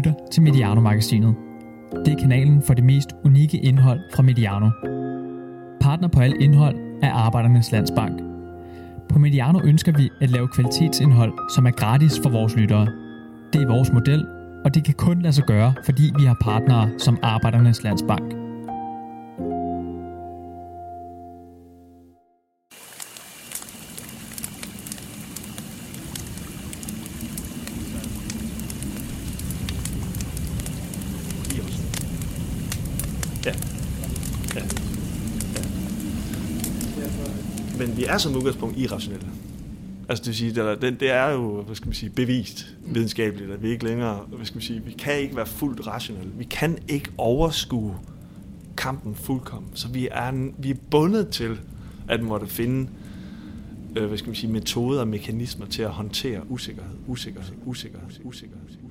lytter til Mediano-magasinet. Det er kanalen for det mest unikke indhold fra Mediano. Partner på alt indhold er Arbejdernes Landsbank. På Mediano ønsker vi at lave kvalitetsindhold, som er gratis for vores lyttere. Det er vores model, og det kan kun lade sig gøre, fordi vi har partnere som Arbejdernes Landsbank. Men vi er som udgangspunkt irrationelle. Altså det vil sige, det er jo, bevist videnskabeligt, at vi ikke længere, vi kan ikke være fuldt rationelle. Vi kan ikke overskue kampen fuldkommen. Så vi er bundet til at måtte finde, metoder og mekanismer til at håndtere usikkerhed.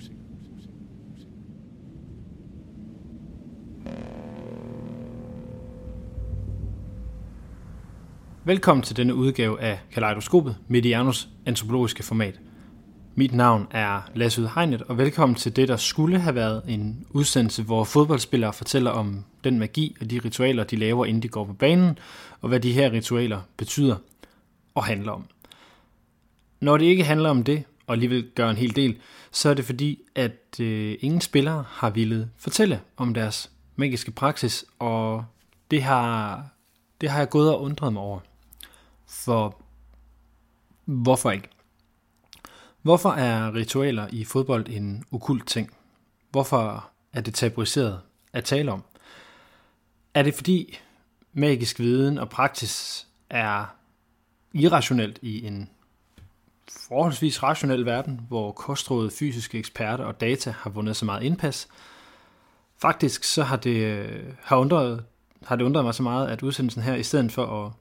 Velkommen til denne udgave af Kaleidoskopet, Medianos antropologiske format. Mit navn er Lasse Hegnet, og velkommen til det, der skulle have været en udsendelse, hvor fodboldspillere fortæller om den magi og de ritualer, de laver, inden de går på banen, og hvad de her ritualer betyder og handler om. Når det ikke handler om det, og alligevel gør en hel del, så er det fordi, at ingen spillere har villet fortælle om deres magiske praksis, og det har jeg gået og undret mig over. For hvorfor ikke? Hvorfor er ritualer i fodbold en okkult ting? Hvorfor er det tabuiseret at tale om? Er det fordi magisk viden og praksis er irrationelt i en forholdsvis rationel verden, hvor kostråd, fysiske eksperter og data har vundet så meget indpas? Faktisk så har det undret mig så meget, at udsendelsen her, i stedet for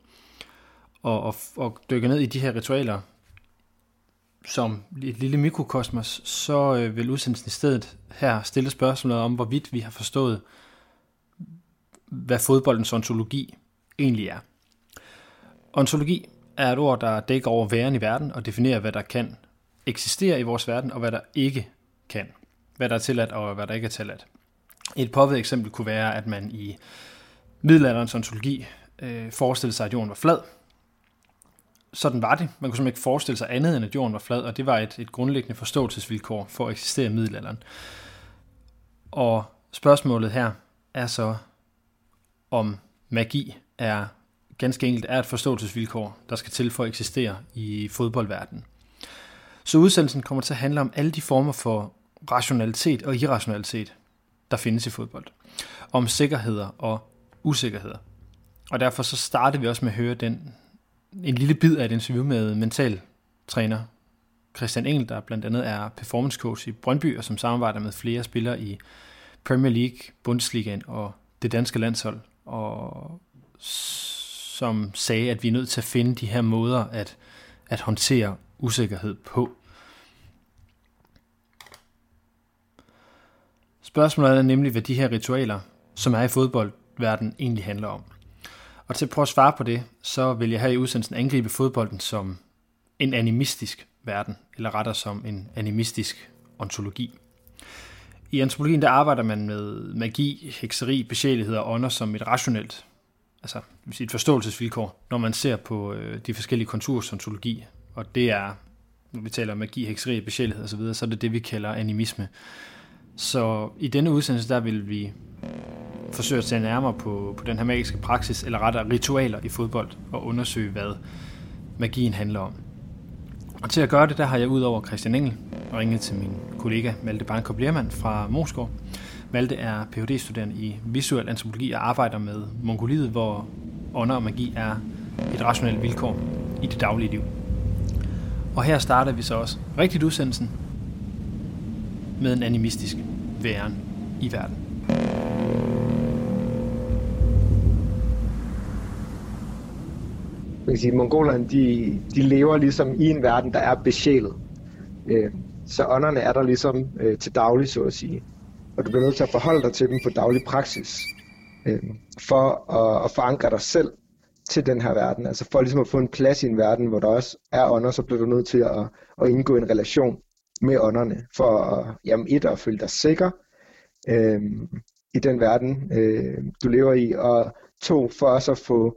at dykke ned i de her ritualer som et lille mikrokosmos, så vil udsendelsen i stedet her stille spørgsmålet om, hvorvidt vi har forstået, hvad fodboldens ontologi egentlig er. Ontologi er et ord, der dækker over væren i verden og definerer, hvad der kan eksistere i vores verden, og hvad der ikke kan. Hvad der er tilladt, og hvad der ikke er tilladt. Et påvidt eksempel kunne være, at man i middelalderens ontologi forestillede sig, at jorden var flad. Sådan var det. Man kunne simpelthen ikke forestille sig andet, end at jorden var flad, og det var et grundlæggende forståelsesvilkår for at eksistere i middelalderen. Og spørgsmålet her er så, om magi er ganske enkelt et forståelsesvilkår, der skal til for at eksistere i fodboldverdenen. Så udsendelsen kommer til at handle om alle de former for rationalitet og irrationalitet, der findes i fodbold. Om sikkerheder og usikkerheder. Og derfor så starter vi også med at høre en lille bid af et interview med mentaltræner Christian Engel, der blandt andet er performance coach i Brøndby, og som samarbejder med flere spillere i Premier League, Bundesligaen og det danske landshold, og som sagde, at vi er nødt til at finde de her måder at håndtere usikkerhed på. Spørgsmålet er nemlig, hvad de her ritualer, som er i fodboldverdenen, egentlig handler om. Og til at prøve at svare på det, så vil jeg her i udsendelsen angribe fodbolden som en animistisk verden, eller rettere som en animistisk ontologi. I antropologien der arbejder man med magi, hekseri, besjælighed og ånder som et rationelt, altså et forståelsesvilkår, når man ser på de forskellige konturers ontologi. Og det er, når vi taler om magi, hekseri, besjælighed osv., så er det det, vi kalder animisme. Så i denne udsendelse, der vil vi forsøge at se nærmere på den her magiske praksis, eller rettere ritualer i fodbold, og undersøge, hvad magien handler om. Og til at gøre det, der har jeg ud over Christian Engel ringet til min kollega Malte Bankop Lermand fra Moskov. Malte er Ph.D.-studerende i visuel antropologi og arbejder med Mongoliet, hvor ånder og magi er et rationelt vilkår i det daglige liv. Og her starter vi så også rigtigt udsendelsen med en animistisk væren i verden. Man kan sige, mongolerne, de lever ligesom i en verden, der er besjælet. Så ånderne er der ligesom til daglig, så at sige. Og du bliver nødt til at forholde dig til dem på daglig praksis. For at forankre dig selv til den her verden. Altså for ligesom at få en plads i en verden, hvor der også er ånder, så bliver du nødt til at indgå en relation med ånderne, for at føle dig sikker i den verden, du lever i, og 2, for også at få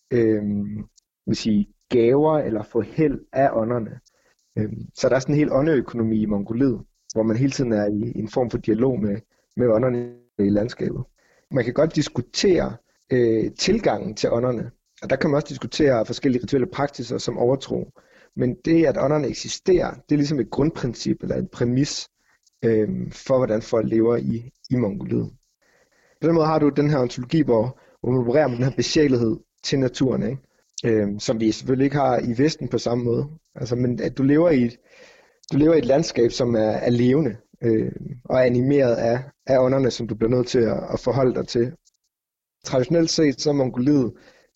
gaver eller få held af ånderne. Så der er sådan en hel åndeøkonomi i Mongoliet, hvor man hele tiden er i en form for dialog med ånderne i landskabet. Man kan godt diskutere tilgangen til ånderne, og der kan man også diskutere forskellige rituelle praksiser som overtro. Men det, at ånderne eksisterer, det er ligesom et grundprincip eller en præmis for, hvordan folk lever i Mongoliet. På den måde har du den her ontologi, hvor man opererer med den her besjælethed til naturen, ikke? Som vi selvfølgelig ikke har i Vesten på samme måde. Altså, men at du lever i et landskab, som er levende og er animeret af ånderne, som du bliver nødt til at forholde dig til. Traditionelt set så er Mongoliet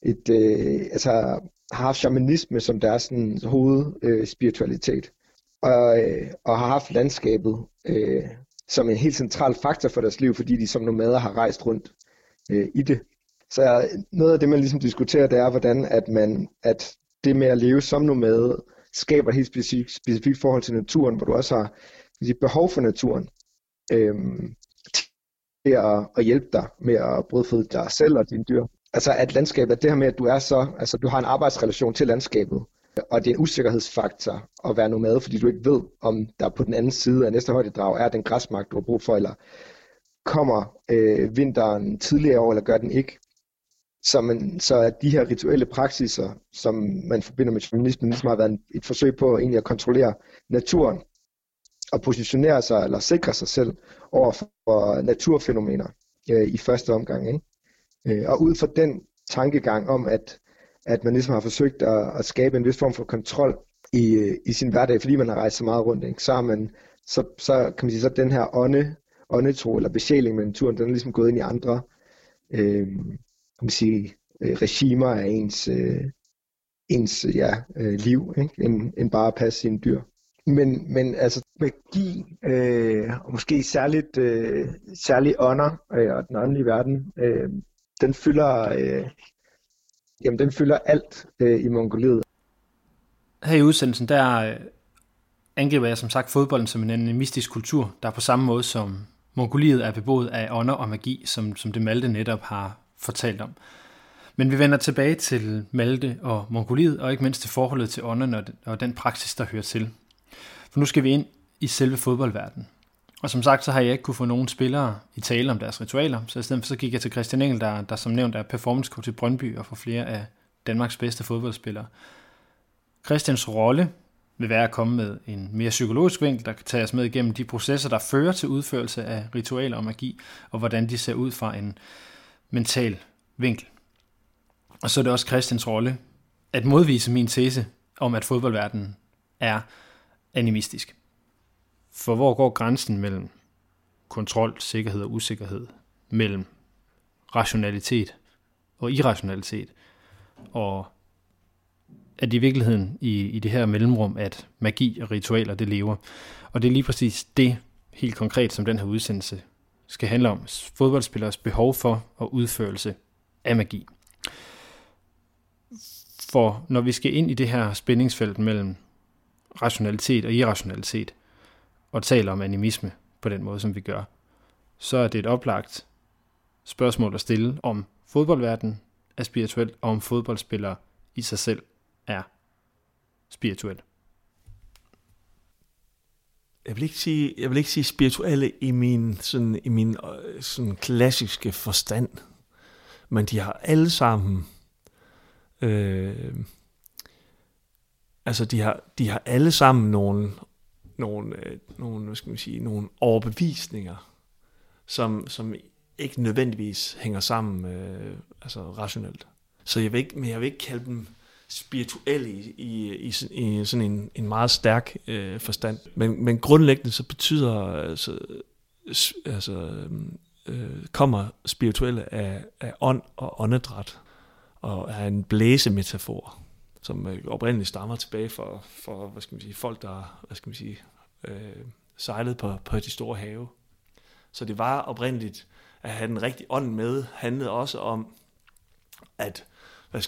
har haft shamanisme som deres sådan, hovedspiritualitet, og har haft landskabet som en helt central faktor for deres liv, fordi de som nomader har rejst rundt i det. Så noget af det, man ligesom diskuterer, det er, hvordan at det med at leve som nomade skaber et helt specifikt forhold til naturen, hvor du også har behov for naturen til at hjælpe dig med at brødføde dig selv og dine dyr. Altså at landskabet, det her med, at du har en arbejdsrelation til landskabet, og det er en usikkerhedsfaktor at være nomade, fordi du ikke ved, om der på den anden side af næste højdedrag er den græsmark, du har brug for, eller kommer vinteren tidligere år, eller gør den ikke. Så at de her rituelle praksiser, som man forbinder med shamanismen, ligesom har været et forsøg på egentlig at kontrollere naturen, og positionere sig, eller sikre sig selv over for naturfænomener i første omgang, ikke? Og ud fra den tankegang om, at man ligesom har forsøgt at skabe en vis form for kontrol i sin hverdag, fordi man har rejst så meget rundt, ikke? Så kan man sige, så den her åndetro eller besjæling med naturen, den er ligesom gået ind i andre regimer af ens liv, ikke? End bare at passe sine dyr. Men altså magi, og måske særligt ånder og den åndelige verden, den fylder alt i Mongoliet. Her i udsendelsen, der angriber jeg som sagt fodbolden som en animistisk kultur, der på samme måde som Mongoliet er beboet af ånder og magi, som det Malte netop har fortalt om. Men vi vender tilbage til Malte og Mongoliet, og ikke mindst til forholdet til ånderne og den praksis, der hører til. For nu skal vi ind i selve fodboldverdenen. Og som sagt, så har jeg ikke kunne få nogen spillere i tale om deres ritualer, så i stedet for så gik jeg til Christian Engel, der som nævnt er performance coach i Brøndby og for flere af Danmarks bedste fodboldspillere. Christians rolle vil være at komme med en mere psykologisk vinkel, der kan tage os med igennem de processer, der fører til udførelse af ritualer og magi, og hvordan de ser ud fra en mental vinkel. Og så er det også Christians rolle at modvise min tese om, at fodboldverdenen er animistisk. For hvor går grænsen mellem kontrol, sikkerhed og usikkerhed, mellem rationalitet og irrationalitet, og at i virkeligheden i det her mellemrum, at magi og ritualer, det lever. Og det er lige præcis det, helt konkret, som den her udsendelse skal handle om. Fodboldspillers behov for og udførelse af magi. For når vi skal ind i det her spændingsfelt mellem rationalitet og irrationalitet, og taler om animisme på den måde, som vi gør, så er det et oplagt spørgsmål at stille, om fodboldverdenen er spirituel, og om fodboldspillere i sig selv er spirituelle. Jeg vil ikke sige spirituelle i min sådan klassiske forstand, men de har alle sammen de har alle sammen nogle hvad skal man sige, nogle overbevisninger, som ikke nødvendigvis hænger sammen rationelt. Så jeg vil ikke kalde dem spirituelle i sådan en meget stærk forstand. Men grundlæggende så betyder kommer spirituelle af ånd og åndedræt, og er en blæsemetafor, som oprindeligt stammer tilbage for hvad skal man sige, folk, der sejlede på de store have. Så det var oprindeligt at have den rigtige ånd med, handlede også om at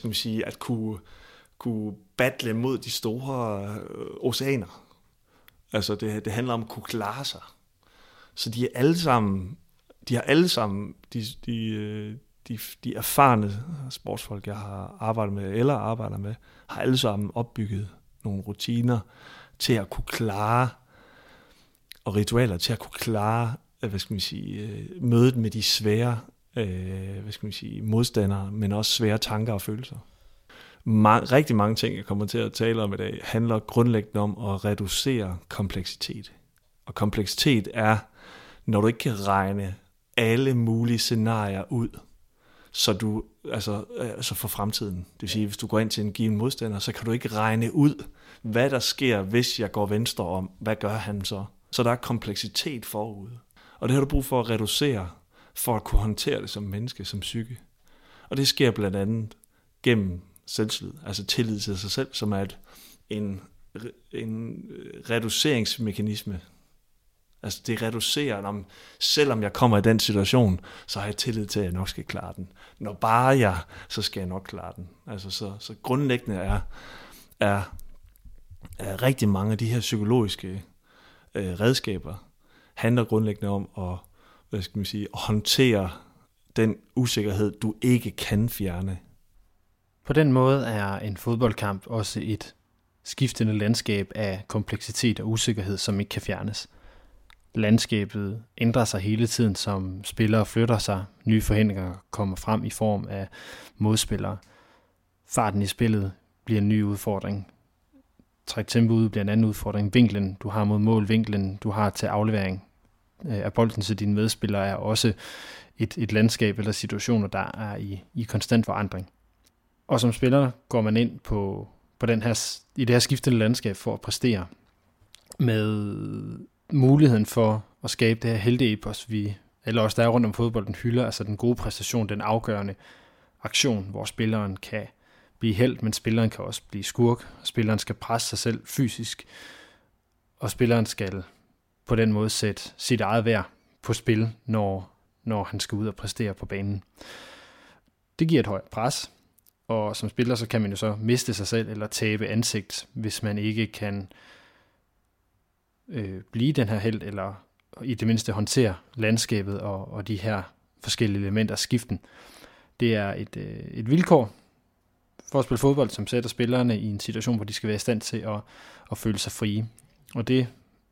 kunne battle mod de store oceaner. Altså det handler om at kunne klare sig. Så de har alle sammen, de erfarne sportsfolk, jeg har arbejdet med eller arbejder med, har alle sammen opbygget nogle rutiner til at kunne klare, og ritualer til at kunne klare, mødet med de svære, modstandere, men også svære tanker og følelser. Rigtig mange ting, jeg kommer til at tale om i dag, handler grundlæggende om at reducere kompleksitet. Og kompleksitet er, når du ikke kan regne alle mulige scenarier ud, så for fremtiden. Det vil sige, hvis du går ind til en given modstander, så kan du ikke regne ud, hvad der sker, hvis jeg går venstre om. Hvad gør han så? Så der er kompleksitet forud. Og det har du brug for at reducere, for at kunne håndtere det som menneske, som psyke. Og det sker blandt andet gennem selvtillid, altså tillid til sig selv, som er en reduceringsmekanisme. Altså det reducerer, selvom jeg kommer i den situation, så har jeg tillid til, at jeg nok skal klare den. Når bare jeg, så skal jeg nok klare den. Altså så grundlæggende er rigtig mange af de her psykologiske redskaber, handler grundlæggende om at håndtere den usikkerhed, du ikke kan fjerne. På den måde er en fodboldkamp også et skiftende landskab af kompleksitet og usikkerhed, som ikke kan fjernes. Landskabet ændrer sig hele tiden, som spillere flytter sig. Nye forhindringer kommer frem i form af modspillere. Farten i spillet bliver en ny udfordring. Træk tempo ud bliver en anden udfordring. Vinklen, du har mod mål, vinklen, du har til aflevering af bolden til dine medspillere, er også et landskab eller situationer, der er i konstant forandring. Og som spiller går man ind på i det her skiftende landskab for at præstere med muligheden for at skabe det her helteepos, vi alle os, der er rundt om fodbolden, hylder, altså den gode præstation, den afgørende aktion, hvor spilleren kan blive helt, men spilleren kan også blive skurk, spilleren skal presse sig selv fysisk, og spilleren skal på den måde sætte sit eget værd på spil, når han skal ud og præstere på banen. Det giver et højt pres, og som spiller, så kan man jo så miste sig selv eller tabe ansigt, hvis man ikke kan blive den her helt, eller i det mindste håndtere landskabet og de her forskellige elementer af skiften. Det er et vilkår for at spille fodbold, som sætter spillerne i en situation, hvor de skal være i stand til at føle sig frie. Og det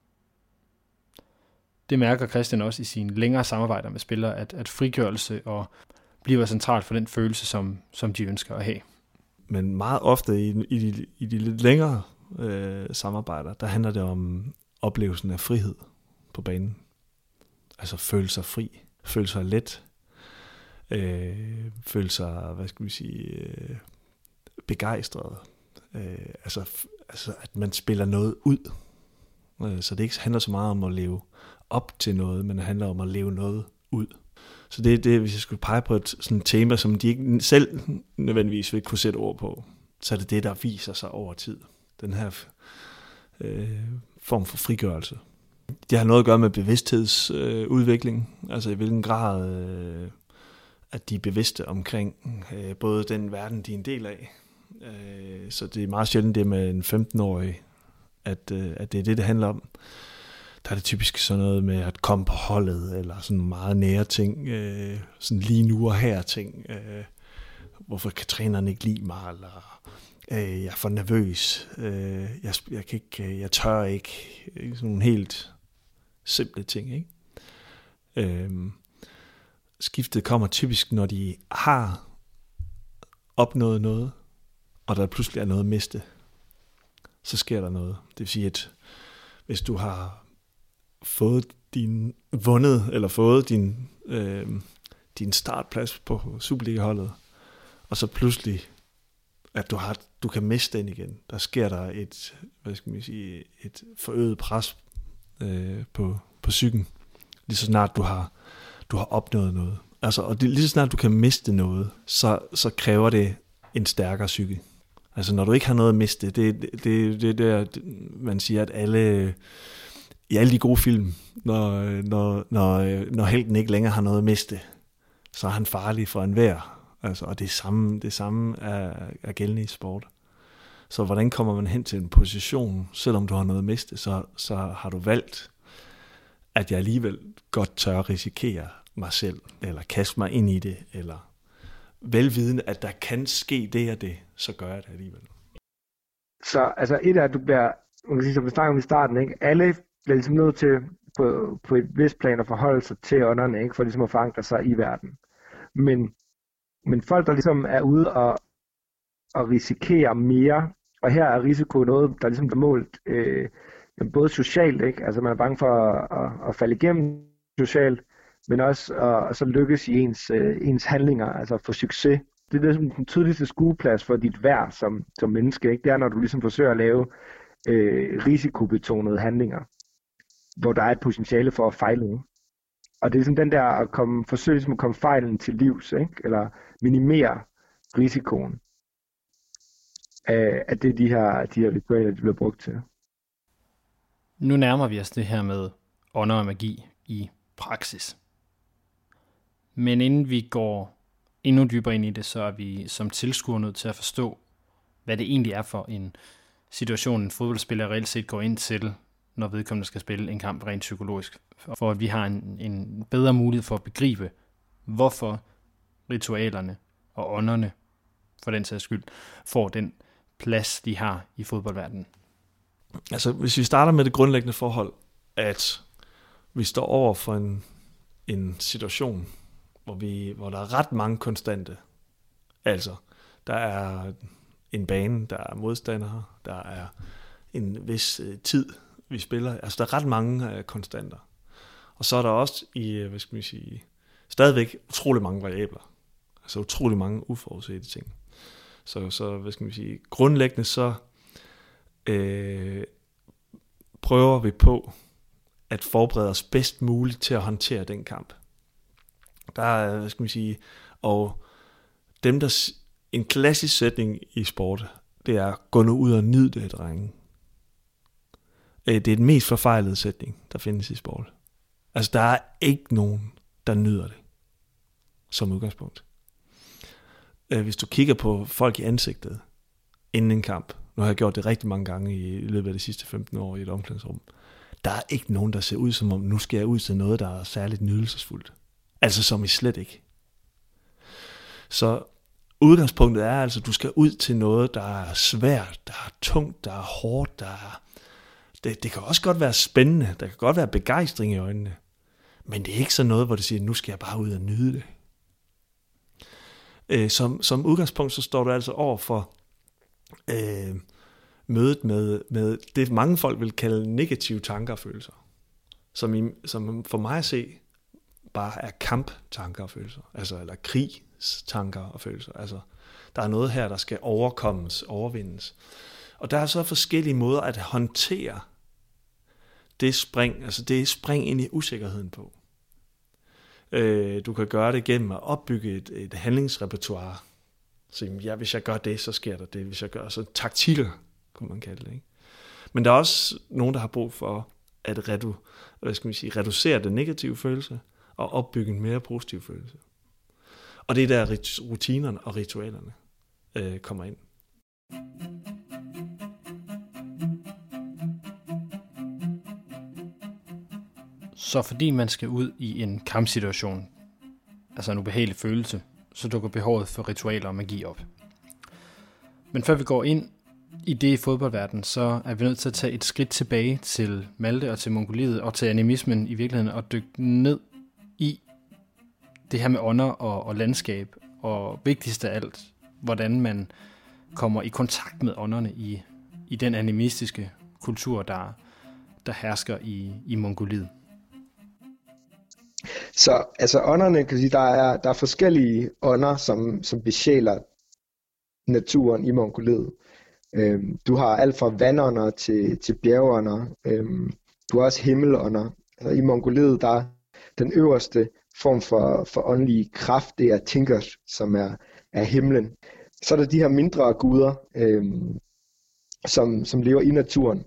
mærker Christian også i sine længere samarbejder med spillere, at frigørelse og bliver centralt for den følelse, som de ønsker at have. Men meget ofte i de lidt længere samarbejder, der handler det om oplevelsen af frihed på banen. Altså føle sig fri, føle sig let, føle sig, begejstret. Altså at man spiller noget ud. Så det ikke handler så meget om at leve op til noget, men det handler om at leve noget ud. Så det hvis jeg skulle pege på sådan et tema, som de ikke selv nødvendigvis vil kunne sætte ord på, så er det, der viser sig over tid. Den her form for frigørelse. Det har noget at gøre med bevidsthedsudvikling, altså i hvilken grad at de er bevidste omkring både den verden, de er en del af. Så det er meget sjældent det med en 15-årig, at det er det handler om. Der er det typisk sådan noget med at komme på holdet, eller sådan meget nære ting, sådan lige nu og her ting. Hvorfor kan træneren ikke lide mig, eller jeg er for nervøs, jeg tør ikke. Sådan nogle helt simple ting, ikke? Skiftet kommer typisk, når de har opnået noget, og der pludselig er noget at miste. Så sker der noget. Det vil sige, at hvis du har fået din startplads på Superliga-holdet, og så pludselig, at du kan miste den igen. Der sker der et forøget pres på psyken, lige så snart du har opnået noget. Altså, og lige så snart du kan miste noget, så kræver det en stærkere psyke. Altså når du ikke har noget at miste, det der, man siger, at i alle de gode film, når helten ikke længere har noget at miste, så er han farlig for enhver. Altså, og det samme er gældende i sport. Så hvordan kommer man hen til en position, selvom du har noget at miste, så har du valgt, at jeg alligevel godt tør risikere mig selv, eller kaste mig ind i det, eller velvidende, at der kan ske det og det, så gør jeg det alligevel. Så altså et af, at du bliver, man kan sige, som vi snakkede om i starten, ikke? Alle bliver ligesom nødt til på et vist plan at forholde sig til ånderne, ikke? For ligesom at forankre sig i verden. Men folk, der ligesom er ude og risikere mere, og her er risiko noget, der ligesom er målt både socialt, ikke? Altså man er bange for at falde igennem socialt, men også at så lykkes i ens handlinger, altså få succes. Det er ligesom den tydeligste skueplads for dit værd som menneske, ikke? Det er, når du ligesom forsøger at lave risikobetonede handlinger, hvor der er et potentiale for at fejle. Ikke? Og det er sådan den der at forsøge ligesom at komme fejlen til livs, ikke? Eller minimere risikoen af det, de her ritualer, de bliver brugt til. Nu nærmer vi os det her med ånder og magi i praksis. Men inden vi går endnu dybere ind i det, så er vi som tilskuere nødt til at forstå, hvad det egentlig er for en situation, en fodboldspiller reelt set går ind til, når vedkommende skal spille en kamp rent psykologisk. For at vi har en bedre mulighed for at begribe, hvorfor ritualerne og ånderne, for den sags skyld, får den plads, de har i fodboldverdenen. Altså, hvis vi starter med det grundlæggende forhold, at vi står over for en situation, hvor der er ret mange konstante. Altså, der er en bane, der er modstandere, der er en vis tid, vi spiller. Altså, der er ret mange konstanter. Og så er der også stadigvæk utrolig mange variabler. Altså utrolig mange uforudsete ting. Så grundlæggende så prøver vi på at forberede os bedst muligt til at håndtere den kamp. Der er, og en klassisk sætning i sport, det er, gå nu ud og nyd det, drenge. Det er den mest forfejlede sætning, der findes i sport. Altså, der er ikke nogen, der nyder det, som udgangspunkt. Hvis du kigger på folk i ansigtet, inden en kamp, nu har jeg gjort det rigtig mange gange i løbet af de sidste 15 år i et omklædningsrum, der er ikke nogen, der ser ud som om, nu skal jeg ud til noget, der er særligt nydelsesfuldt. Altså som i slet ikke. Så udgangspunktet er altså, at du skal ud til noget, der er svært, der er tungt, der er hårdt, det kan også godt være spændende, der kan godt være begejstring i øjnene, men det er ikke sådan noget, hvor du siger, nu skal jeg bare ud og nyde det. Som udgangspunkt, så står du altså over for mødet med det, mange folk vil kalde negative tanker og følelser, som for mig at se, bare er kamptanker og følelser, altså, eller krigstanker og følelser. Altså, der er noget her, der skal overvindes. Og der er så forskellige måder at håndtere det spring ind i usikkerheden på. Du kan gøre det gennem at opbygge et handlingsrepertoire. Så hvis jeg gør det, så sker der det. Hvis jeg gør så taktikker, kunne man kalde det. Ikke? Men der er også nogen, der har brug for at reducere den negative følelse og opbygge en mere positiv følelse. Og det er der rutinerne og ritualerne kommer ind. Så fordi man skal ud i en kampsituation, altså en ubehagelig følelse, så dukker behovet for ritualer og magi op. Men før vi går ind i det i fodboldverdenen, så er vi nødt til at tage et skridt tilbage til Malte og til Mongoliet og til animismen i virkeligheden og dykke ned i det her med ånder og landskab, og vigtigst af alt, hvordan man kommer i kontakt med ånderne i den animistiske kultur, der hersker i Mongoliet. Så altså ånderne, kan sige, der er forskellige ånder, som besjæler naturen i Mongoliet. Du har alt fra vandånder til bjergånder. Du har også himmelånder. Altså, i Mongoliet, der er den øverste form for åndelig kraft, det er Tinkers, som er himlen. Så er der de her mindre guder, som lever i naturen.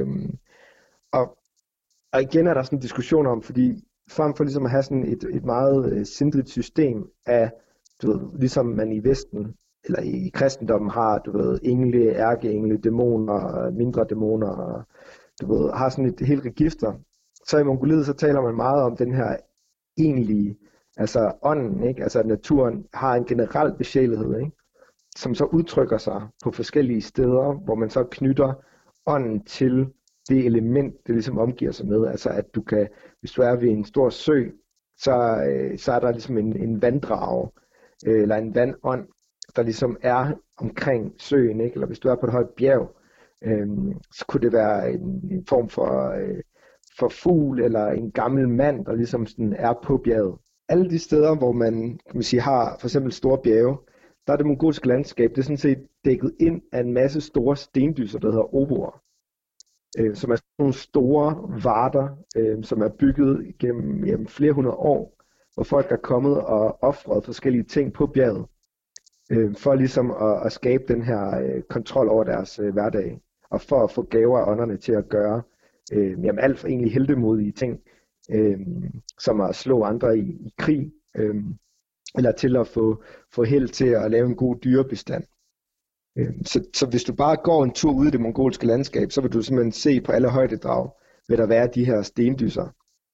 Og igen er der sådan en diskussion om, fordi frem for ligesom at have sådan et meget sindrigt system af, du ved, ligesom man i Vesten eller i kristendommen har, du ved, engle, ærkeengle, dæmoner, mindre dæmoner, og du ved, har sådan et helt register. Så i Mongoliet, så taler man meget om den her egentlige, altså ånden, ikke? Altså naturen har en generel besjælethed, ikke? Som så udtrykker sig på forskellige steder, hvor man så knytter ånden til det element, det ligesom omgiver sig med. Altså at du kan, hvis du er ved en stor sø, så er der ligesom en vanddrage, eller en vandånd, der ligesom er omkring søen, ikke? Eller hvis du er på et højt bjerg, så kunne det være en form for fugl, eller en gammel mand, der ligesom sådan er på bjerget. Alle de steder, hvor man, kan man sige, har for eksempel store bjerge, der er det mongolske landskab, det er sådan set dækket ind af en masse store stendyser, der hedder oboer, som er sådan nogle store varter, som er bygget gennem flere hundrede år, hvor folk er kommet og offret forskellige ting på bjerget, for ligesom at skabe den her kontrol over deres hverdag, og for at få gaver af ånderne til at gøre alt for egentlig heldemodige ting, som at slå andre i krig, eller til at få held til at lave en god dyrebestand. Så hvis du bare går en tur ude i det mongolske landskab, så vil du simpelthen se på alle højdedrag, vil der være de her stendyser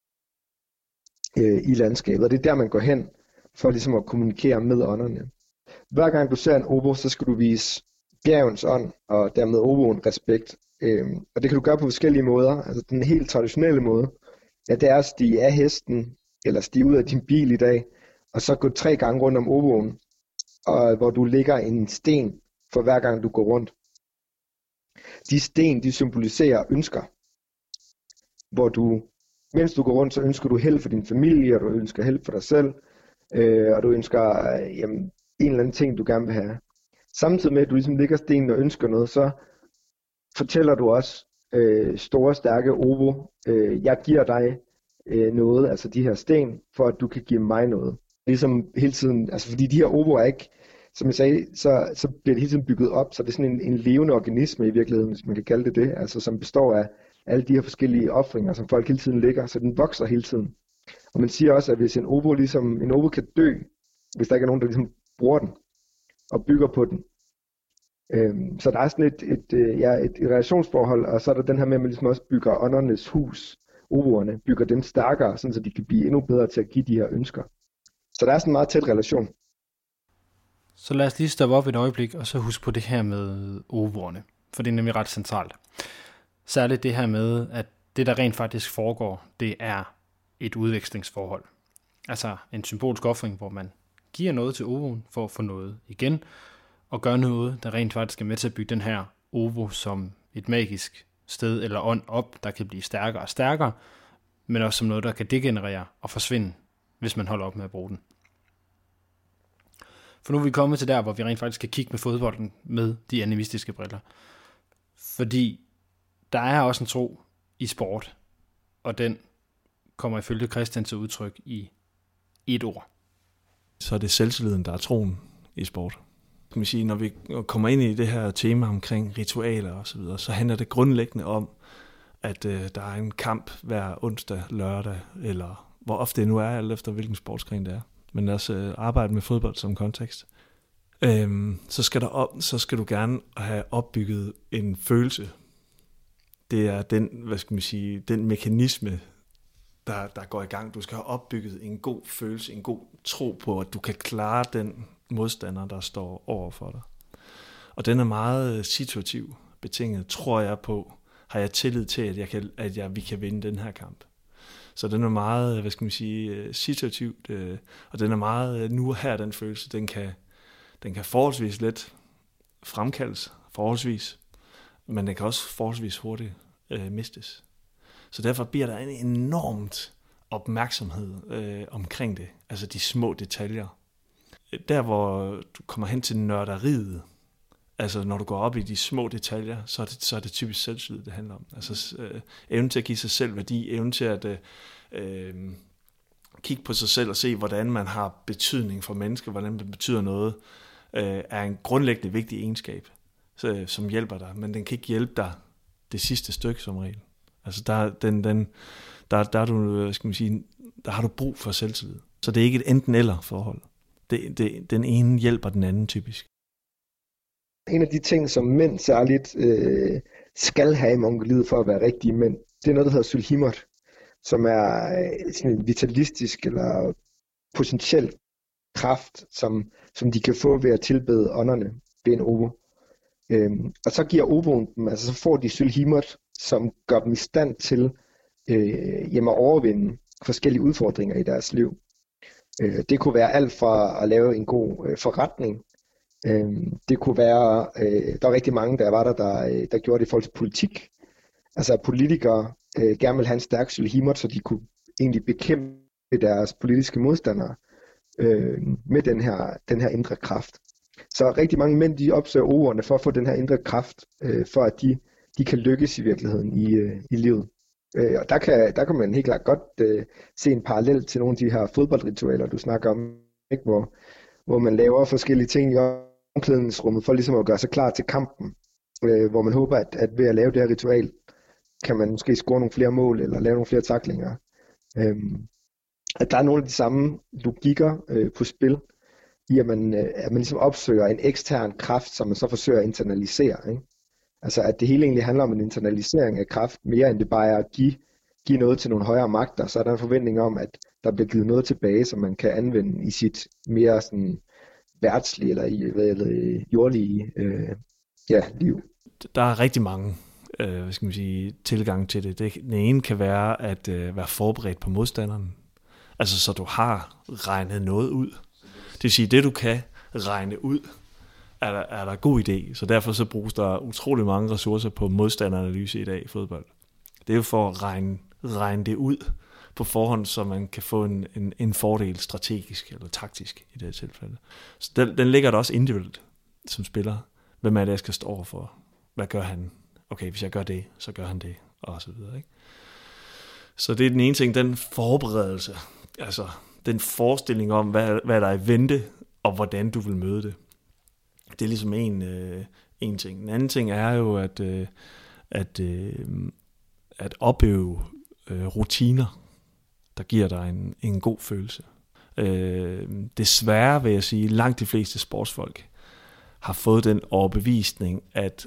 i landskabet, og det er der, man går hen, for ligesom at kommunikere med ånderne. Hver gang du ser en obo, så skal du vise bjergens ånd, og dermed oboen respekt. Og det kan du gøre på forskellige måder. Altså den helt traditionelle måde, det er at stige af hesten, eller stige ud af din bil i dag, og så gå 3 gange rundt om oboen, og hvor du lægger en sten for hver gang du går rundt. De sten, de symboliserer ønsker, hvor du, mens du går rundt, så ønsker du held for din familie, og du ønsker held for dig selv, og du ønsker en eller anden ting, du gerne vil have. Samtidig med, at du ligesom lægger stenen og ønsker noget, så fortæller du også store, stærke obo, jeg giver dig noget, altså de her sten, for at du kan give mig noget. Ligesom hele tiden, altså fordi de her obo er ikke, som jeg sagde, så bliver det hele tiden bygget op, så det er sådan en levende organisme i virkeligheden, hvis man kan kalde det det, altså som består af alle de her forskellige ofringer, som folk hele tiden lægger, så den vokser hele tiden. Og man siger også, at hvis en obo kan dø, hvis der ikke er nogen, der ligesom bruger den og bygger på den. Så der er sådan et relationsforhold, og så er der den her med, at man ligesom også bygger åndernes hus, oboerne, bygger dem stærkere, sådan så de kan blive endnu bedre til at give de her ønsker. Så der er sådan en meget tæt relation. Så lad os lige stoppe op et øjeblik, og så huske på det her med oboerne, for det er nemlig ret centralt. Særligt det her med, at det der rent faktisk foregår, det er et udvekslingsforhold. Altså en symbolsk offring, hvor man giver noget til oboen for at få noget igen, og gør noget, der rent faktisk er med til at bygge den her obo som et magisk sted eller ånd op, der kan blive stærkere og stærkere, men også som noget, der kan degenerere og forsvinde, hvis man holder op med at bruge den. For nu er vi kommet til der, hvor vi rent faktisk kan kigge med fodbolden med de animistiske briller. Fordi der er også en tro i sport, og den kommer ifølge Christian til udtryk i et ord. Så er det selvtilliden, der er troen i sport. Kan man sige, når vi kommer ind i det her tema omkring ritualer og så videre, så handler det grundlæggende om, at der er en kamp hver onsdag, lørdag, eller hvor ofte det nu er, alt efter hvilken sportsgren det er. Men også arbejde med fodbold som kontekst. Så skal du gerne have opbygget en følelse. Det er den mekanisme, der går i gang. Du skal have opbygget en god følelse, en god tro på, at du kan klare den modstander, der står over for dig. Og den er meget situativ betinget, tror jeg på. Har jeg tillid til, at vi kan vinde den her kamp. Så den er meget, situativt, og den er meget nu og her, den følelse. Den kan forholdsvis let fremkaldes, men den kan også forholdsvis hurtigt mistes. Så derfor bliver der en enormt opmærksomhed omkring det, altså de små detaljer. Der, hvor du kommer hen til nørderiet, altså når du går op i de små detaljer, så er det typisk selvtillid, det handler om. Altså evnen til at give sig selv værdi, evnen til at kigge på sig selv og se, hvordan man har betydning for mennesker, hvordan man betyder noget, er en grundlæggende vigtig egenskab, som hjælper dig, men den kan ikke hjælpe dig det sidste stykke som regel. Altså der har du brug for selvtillid. Så det er ikke et enten eller forhold. Den ene hjælper den anden typisk. En af de ting, som mænd særligt skal have i Mongoliet for at være rigtige mænd, det er noget, der hedder Sylhimot, som er sådan en vitalistisk eller potentiel kraft, som de kan få ved at tilbede ånderne ved en obo. Og så giver oboen dem, altså så får de Sylhimot, som gør dem i stand til at overvinde forskellige udfordringer i deres liv. Det kunne være alt fra at lave en god forretning. Det kunne være, der var rigtig mange, der var der gjorde det i forhold til politik. Altså politikere gerne vil have en stærk Sylhimot, så de kunne egentlig bekæmpe deres politiske modstandere med den her indre kraft. Så rigtig mange mænd, de opsøger oboerne for at få den her indre kraft, for at de kan lykkes i virkeligheden i livet. Og der kan man helt klart godt se en parallel til nogle af de her fodboldritualer, du snakker om, ikke? Hvor man laver forskellige ting i omklædningsrummet for ligesom at gøre sig klar til kampen. Hvor man håber, at ved at lave det her ritual, kan man måske score nogle flere mål eller lave nogle flere tacklinger. At der er nogle af de samme logikker på spil, i at man ligesom opsøger en ekstern kraft, som man så forsøger at internalisere. Ikke? Altså at det hele egentlig handler om en internalisering af kraft, mere end det bare er at give noget til nogle højere magter. Så er der en forventning om, at der bliver givet noget tilbage, som man kan anvende i sit mere sådan værtslige eller jordlige liv. Der er rigtig mange tilgange til det. Den ene kan være at være forberedt på modstanderen. Altså så du har regnet noget ud. Det vil sige, det du kan regne ud, er der god idé. Så derfor så bruges der utrolig mange ressourcer på modstanderanalyse i dag i fodbold. Det er jo for at regne det ud på forhånd, så man kan få en fordel strategisk eller taktisk i det tilfælde. Så den ligger der også individuelt som spiller. Hvem er det, jeg skal stå over for? Hvad gør han? Okay, hvis jeg gør det, så gør han det, og så videre. Ikke? Så det er den ene ting, den forberedelse. Altså den forestilling om, hvad der er i vente, og hvordan du vil møde det. Det er ligesom en ting. En anden ting er jo at opøve rutiner, der giver dig en god følelse. Desværre vil jeg sige, langt de fleste sportsfolk har fået den overbevisning, at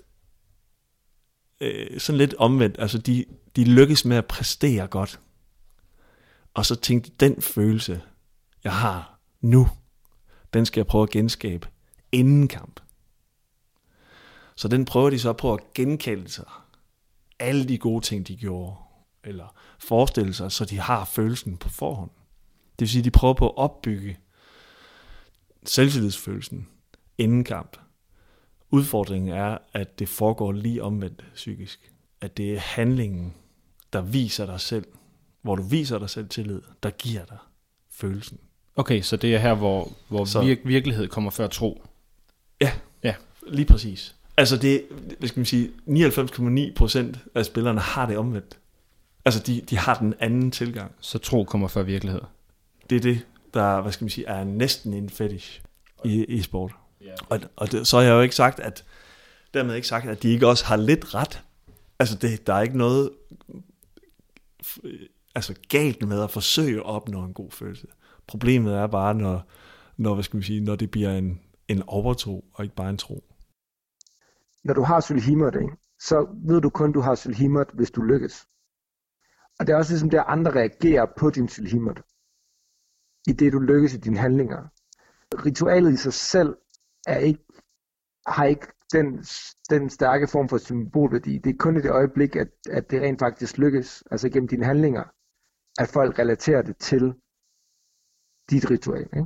sådan lidt omvendt, altså de lykkes med at præstere godt. Og så tænkte den følelse, jeg har nu, den skal jeg prøve at genskabe inden kamp. Så den prøver de så på at genkalde sig alle de gode ting, de gjorde, eller forestille sig, så de har følelsen på forhånd. Det vil sige, de prøver på at opbygge selvtillidsfølelsen inden kamp. Udfordringen er, at det foregår lige omvendt psykisk. At det er handlingen, der viser dig selv, hvor du viser dig selv tillid, der giver dig følelsen. Okay, så det er her, hvor virkelighed kommer før tro. Ja, lige præcis. Altså det, hvad skal man sige, 99,9% af spillerne har det omvendt. Altså de har den anden tilgang. Så tro kommer før virkelighed. Det er det, der, hvad skal man sige, er næsten en fetish i sport. Og det, så har jeg jo ikke sagt, dermed ikke sagt, at de ikke også har lidt ret. Altså der er ikke noget galt med at forsøge at opnå en god følelse. Problemet er bare, når hvad skal man sige, når det bliver en overtro, og ikke bare en tro. Når du har Sylhimot, så ved du kun, du har Sylhimot, hvis du lykkes. Og det er også ligesom det, at andre reagerer på din Sylhimot, i det du lykkes i dine handlinger. Ritualet i sig selv har ikke den stærke form for symbolværdi. Det er kun i det øjeblik, at det rent faktisk lykkes, altså gennem dine handlinger, at folk relaterer det til dit ritual. Ikke?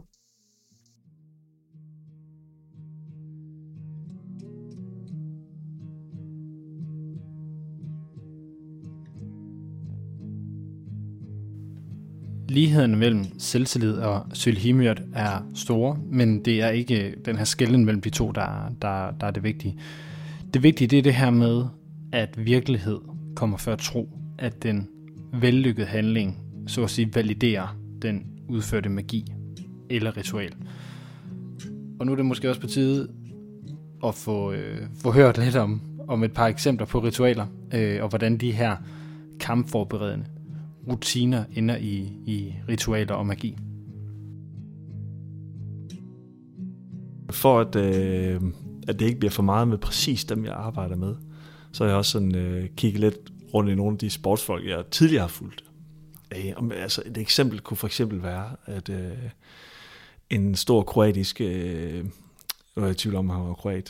Ligheden mellem selvtillid og Sylhimot er store, men det er ikke den her skelnen mellem de to, der er det vigtige. Det vigtige det er det her med, at virkelighed kommer før tro, at den vellykkede handling, så at sige, validerer den udførte magi eller ritual. Og nu er det måske også på tide at få hørt lidt om et par eksempler på ritualer, og hvordan de her kampforberedende rutiner ender i ritualer og magi. For at det ikke bliver for meget med præcis dem, jeg arbejder med. Så har jeg også sådan, kigget lidt rundt i nogle af de sportsfolk, jeg tidligere har fulgt. Altså et eksempel kunne for eksempel være, at en stor kroatisk, nu er jeg i tvivl om, at han var kroat,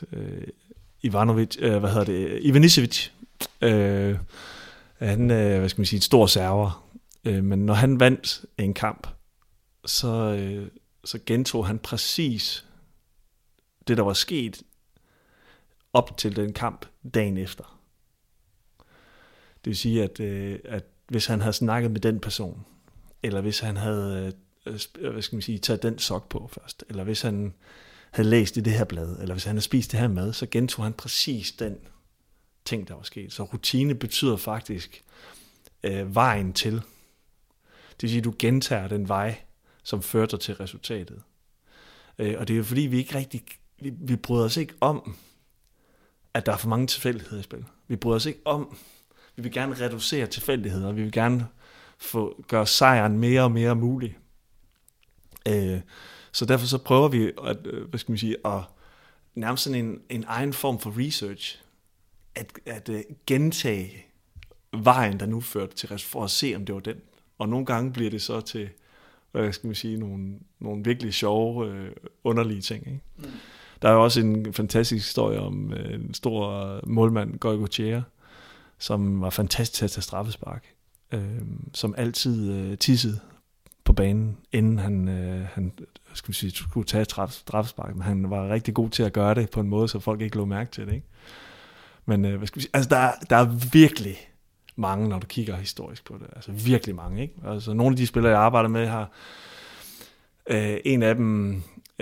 Ivanisevic, han er, en stor server, men når han vandt en kamp, så gentog han præcis det, der var sket op til den kamp dagen efter. Det vil sige, at hvis han havde snakket med den person, eller hvis han havde taget den sok på først, eller hvis han havde læst i det her blad, eller hvis han havde spist det her mad, så gentog han præcis den ting, der var sket. Så rutine betyder faktisk vejen til. Det vil sige, at du gentager den vej, som fører dig til resultatet. Og det er jo fordi, vi ikke rigtig, vi bryder os ikke om, at der er for mange tilfældigheder i spil. Vi bryder os ikke om, vi vil gerne reducere tilfældigheder, vi vil gerne gøre sejren mere og mere mulig. Så derfor så prøver vi at nærmest sådan en egen form for research, at gentage vejen, der nu førte til for at se, om det var den. Og nogle gange bliver det så til, nogle virkelig sjove, underlige ting. Ikke? Mm. Der er jo også en fantastisk historie om en stor målmand, Gojko Tjære, som var fantastisk til at tage straffespark, som altid tissede på banen, inden han skulle tage straffespark, men han var rigtig god til at gøre det på en måde, så folk ikke lå mærke til det. Ikke? Men altså der er virkelig mange, når du kigger historisk på det, altså virkelig mange. Ikke? Altså nogle af de spillere, jeg arbejder med, har en af dem,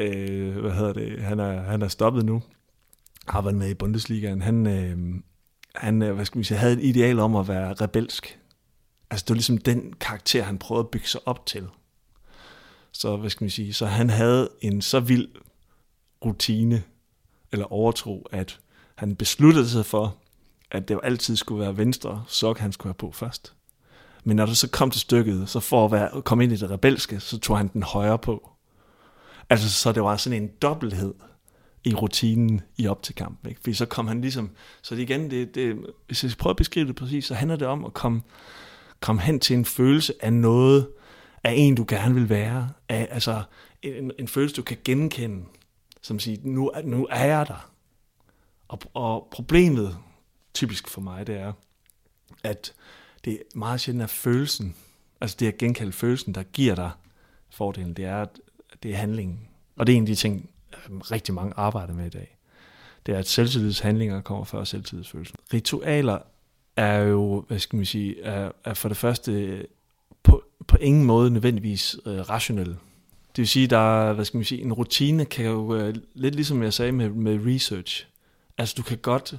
han er stoppet nu, har været med i Bundesligaen. Han havde et ideal om at være rebelsk. Altså det var ligesom den karakter, han prøvede at bygge sig op til. Så så han havde en så vild rutine eller overtro, at han besluttede sig for, at det altid skulle være venstre sok, han skulle have på først. Men når det så kom til stykket, så for at komme ind i det rebelske, så tog han den højre på. Altså så det var sådan en dobbelthed i rutinen i op til kampen. Ikke? Fordi så kom han ligesom, så det igen, hvis jeg prøver at beskrive det præcis, så handler det om at komme hen til en følelse af noget, af en du gerne vil være, af, altså en følelse du kan genkende, som siger, nu er jeg der. Og problemet, typisk for mig, det er, at det er meget sjældent er følelsen, altså det at genkalde følelsen, der giver dig fordelen, det er handlingen. Og det er en af de ting, rigtig mange arbejder med i dag. Det er, at selvtillidshandlinger kommer før selvtillidsfølelsen. Ritualer er jo, er for det første på ingen måde nødvendigvis rationelle. Det vil sige, der er, en rutine kan jo, lidt ligesom jeg sagde med research, altså du kan godt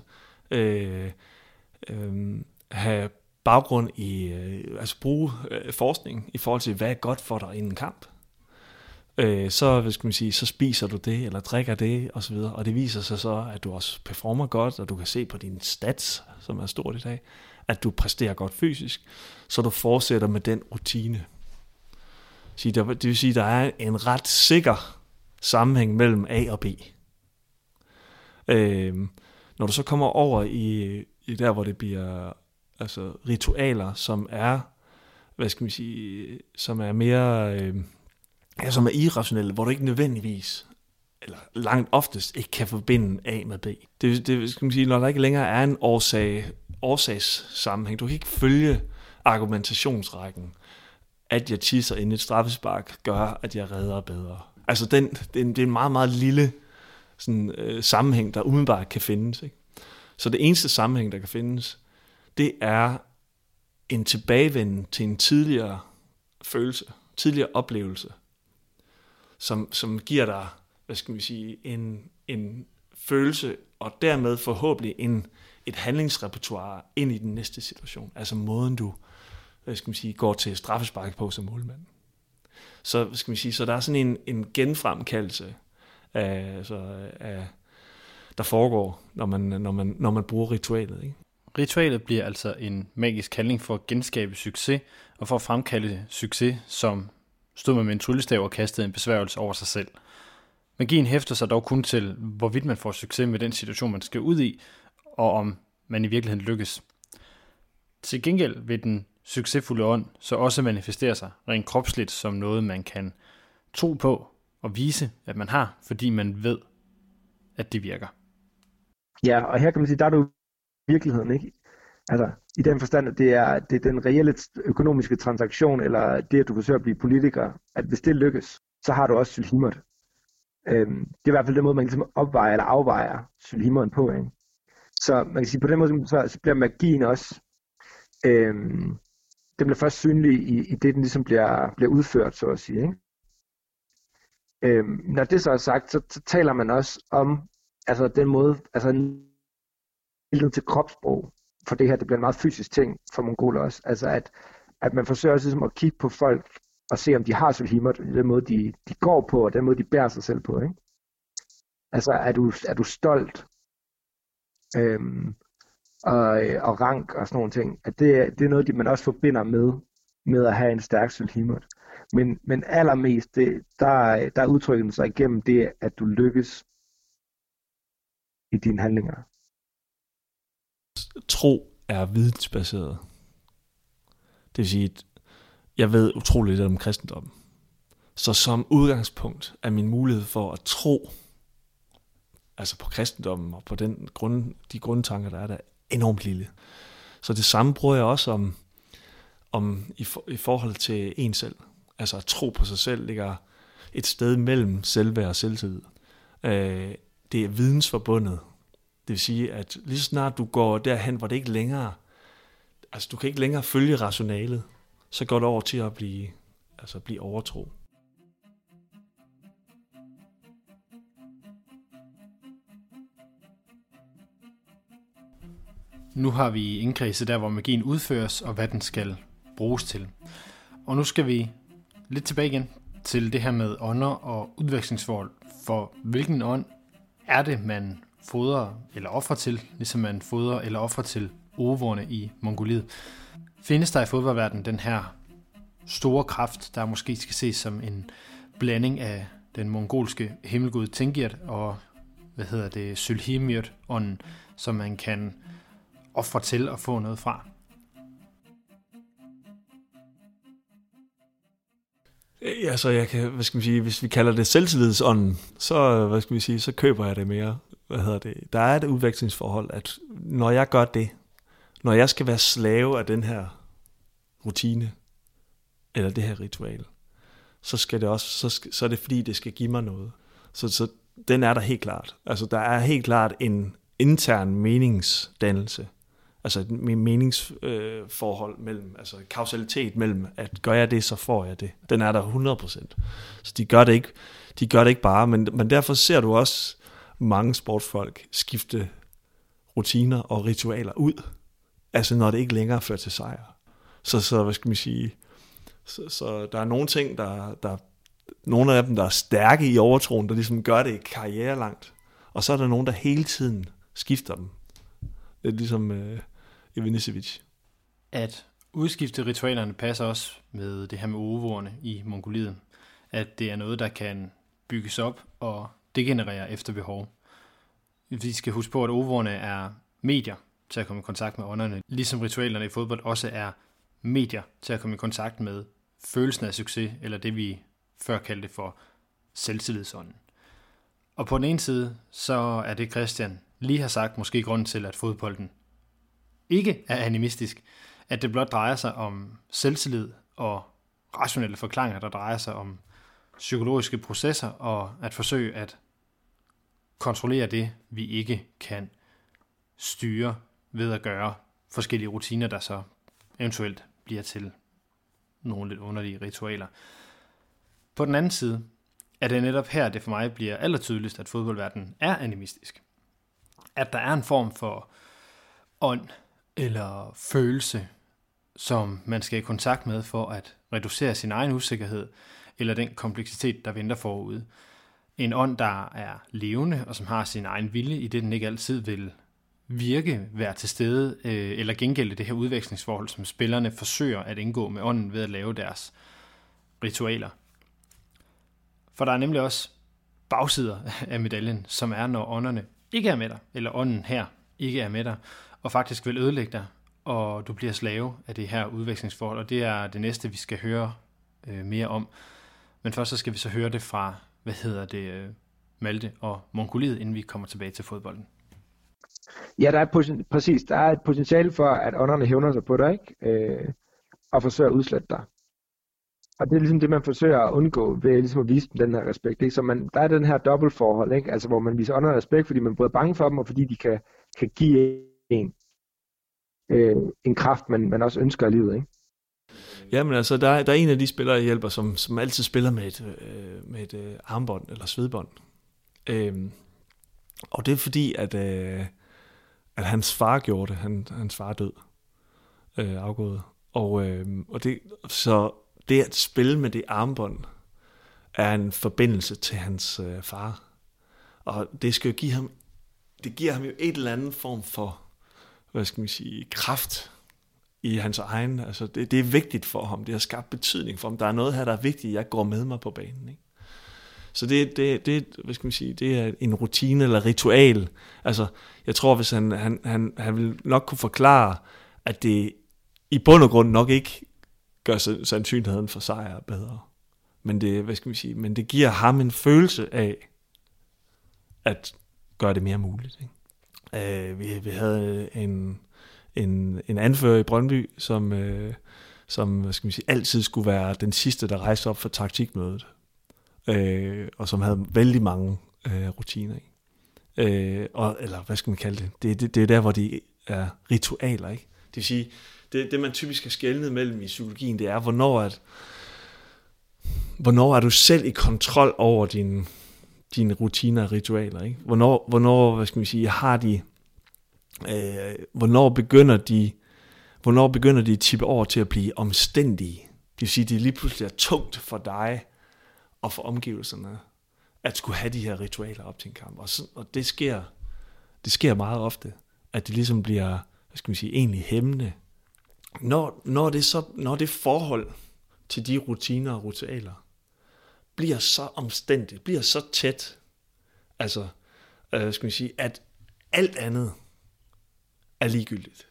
have baggrund i, altså bruge forskning i forhold til, hvad er godt for dig i en kamp. Så spiser du det, eller drikker det, og så videre. Og det viser sig så, at du også performer godt, og du kan se på dine stats, som er stort i dag, at du præsterer godt fysisk, så du fortsætter med den rutine. Det vil sige, at der er en ret sikker sammenhæng mellem A og B. Når du så kommer over i der, hvor det bliver altså ritualer, som er, som er mere, som er irrationelle, hvor du ikke nødvendigvis, eller langt oftest, ikke kan forbinde A med B. Det når der ikke længere er en årsagssammenhæng, du kan ikke følge argumentationsrækken, at jeg tisser ind i et straffespark, gør, at jeg redder bedre. Altså det er en meget, meget lille sådan, sammenhæng, der umiddelbart kan findes. Ikke? Så det eneste sammenhæng, der kan findes, det er en tilbagevenden til en tidligere følelse, tidligere oplevelse, som giver dig, en følelse, og dermed forhåbentlig et handlingsrepertoire ind i den næste situation. Altså måden du, går til straffespark på som målmand. Så, så der er sådan en genfremkaldelse der foregår, når man bruger ritualet. Ikke? Ritualet bliver altså en magisk handling for at genskabe succes, og for at fremkalde succes, som stod med en tryllestav og kastede en besværgelse over sig selv. Magien hæfter sig dog kun til, hvorvidt man får succes med den situation, man skal ud i, og om man i virkeligheden lykkes. Til gengæld vil den succesfulde ånd så også manifestere sig rent kropsligt som noget, man kan tro på og vise, at man har, fordi man ved, at det virker. Ja, og her kan man sige, der er du virkeligheden, ikke? Altså, i den forstand, at det er den reelle økonomiske transaktion, eller det, at du forsøger at blive politiker, at hvis det lykkes, så har du også sylhimert. Det er i hvert fald den måde, man ligesom opvejer eller afvejer sylhimeren på, ikke? Så man kan sige, på den måde, så bliver magien også, den bliver først synlig i det, den ligesom bliver udført, så at sige, ikke? Når det så er sagt, så taler man også om, altså den måde, altså til kropssprog, for det her, det bliver en meget fysisk ting for mongoler også, altså at man forsøger også ligesom at kigge på folk, og se om de har sylhimert, den måde de går på, og den måde de bærer sig selv på, ikke? Altså er du stolt, og rank og sådan nogle ting, at det er noget, man også forbinder med at have en stærk sylhimert. Men allermest, der udtrykker den sig igennem det, at du lykkes i dine handlinger. Tro er vidensbaseret. Det vil sige, at jeg ved utroligt lidt om kristendom. Så som udgangspunkt er min mulighed for at tro, altså på kristendommen og på de grundtanker, der er der, enormt lille. Så det samme bruger jeg også i forhold til en selv. Altså at tro på sig selv ligger et sted mellem selvværd og selvtillid. Det er vidensforbundet. Det vil sige, at lige så snart du går derhen, hvor det ikke længere, altså du kan ikke længere følge rationalet, så går det over til at blive overtro. Nu har vi indkredset der, hvor magien udføres, og hvad den skal bruges til. Og nu skal vi lidt tilbage igen til det her med ånder og udvekslingsforhold. For hvilken ånd er det, man fodrer eller offer til, ligesom man fodrer eller offer til ovorne i Mongoliet? Findes der i fodboldverdenen den her store kraft, der måske skal ses som en blanding af den mongolske himmelgud Tingir og Sylhimert-ånden, som man kan ofre til at få noget fra? Ja, så jeg kan, hvis vi kalder det selvtillidsånden, så, så køber jeg det mere. Der er et udvekslingsforhold, at når jeg gør det, når jeg skal være slave af den her rutine, eller det her ritual, så skal det også, så er det fordi, det skal give mig noget. Så den er der helt klart. Altså, der er helt klart en intern meningsdannelse, altså et meningsforhold mellem, altså kausalitet mellem, at gør jeg det, så får jeg det. Den er der 100%. Så de gør det ikke bare, men derfor ser du også mange sportsfolk skifte rutiner og ritualer ud, altså når det ikke længere fører til sejr. Så hvad skal man sige, så der er nogle ting, der nogle af dem, der er stærke i overtroen, der ligesom gør det karrierelangt, og så er der nogen, der hele tiden skifter dem. Det er ligesom Ivanisevic. At udskifte ritualerne passer også med det her med ovorne i Mongoliet. At det er noget, der kan bygges op og degenerere efter behov. Vi skal huske på, at ovorne er medier til at komme i kontakt med ånderne, ligesom ritualerne i fodbold også er medier til at komme i kontakt med følelsen af succes, eller det vi før kaldte for selvtillidsånden. Og på den ene side, så er det Christian lige har sagt måske grunden til, at fodbolden ikke er animistisk, at det blot drejer sig om selvtillid og rationelle forklaringer, der drejer sig om psykologiske processer og at forsøge at kontrollere det, vi ikke kan styre ved at gøre forskellige rutiner, der så eventuelt bliver til nogle lidt underlige ritualer. På den anden side er det netop her, det for mig bliver allertydeligst, at fodboldverdenen er animistisk. At der er en form for ånd eller følelse, som man skal i kontakt med for at reducere sin egen usikkerhed eller den kompleksitet, der venter forude. En ånd, der er levende og som har sin egen vilje, i det den ikke altid vil være til stede eller gengælde det her udvekslingsforhold, som spillerne forsøger at indgå med ånden ved at lave deres ritualer. For der er nemlig også bagsider af medaljen, som er, når ånderne ikke er med dig, eller ånden her ikke er med dig, og faktisk vil ødelægge dig, og du bliver slave af det her udvekslingsforhold, og det er det næste, vi skal høre mere om. Men først så skal vi så høre det fra, Malte og Mongoliet, inden vi kommer tilbage til fodbolden. Ja, der er et potentiale for, at ånderne hævner sig på dig, ikke? Og forsøger at udslette dig. Og det er ligesom det, man forsøger at undgå ved ligesom at vise dem den her respekt. Ikke? Så der er den her dobbeltforhold, ikke? Altså, hvor man viser ånderne respekt, fordi man både er bange for dem, og fordi de kan give en kraft, man også ønsker i livet. Ikke? Jamen altså, der er en af de spillere, jeg hjælper, som altid spiller med et armbånd eller svedbånd. Og det er fordi, at hans far gjorde det. Hans far er død, afgået. Så det at spille med det armbånd er en forbindelse til hans far. Og det skal jo giver ham jo et eller andet form for, kraft i hans egen. Altså det er vigtigt for ham. Det har skabt betydning for ham. Der er noget her, der er vigtigt, jeg går med mig på banen. Ikke? Så det er en rutine eller ritual. Altså, jeg tror, hvis han vil nok kunne forklare, at det i bund og grund nok ikke gør sandsynligheden for sejr bedre. Men det giver ham en følelse af at gøre det mere muligt. Ikke? Vi havde en anfører i Brøndby, som altid skulle være den sidste, der rejste op for taktikmødet. Og som havde vældig mange rutiner i. Eller hvad skal man kalde det? Det er der, hvor de er ritualer, ikke? Det vil sige, det man typisk har skelnet mellem i psykologien, det er, hvornår er du selv i kontrol over dine rutiner og ritualer, ikke? Hvornår har de, hvornår begynder de at tippe over til at blive omstændige? Det vil sige, det lige pludselig er tungt for dig og for omgivelserne at skulle have de her ritualer op til en kamp. Og det sker meget ofte, at det ligesom bliver, egentlig hæmmende. Når det forhold til de rutiner og ritualer bliver så omstændigt, bliver så tæt, altså, at alt andet er ligegyldigt,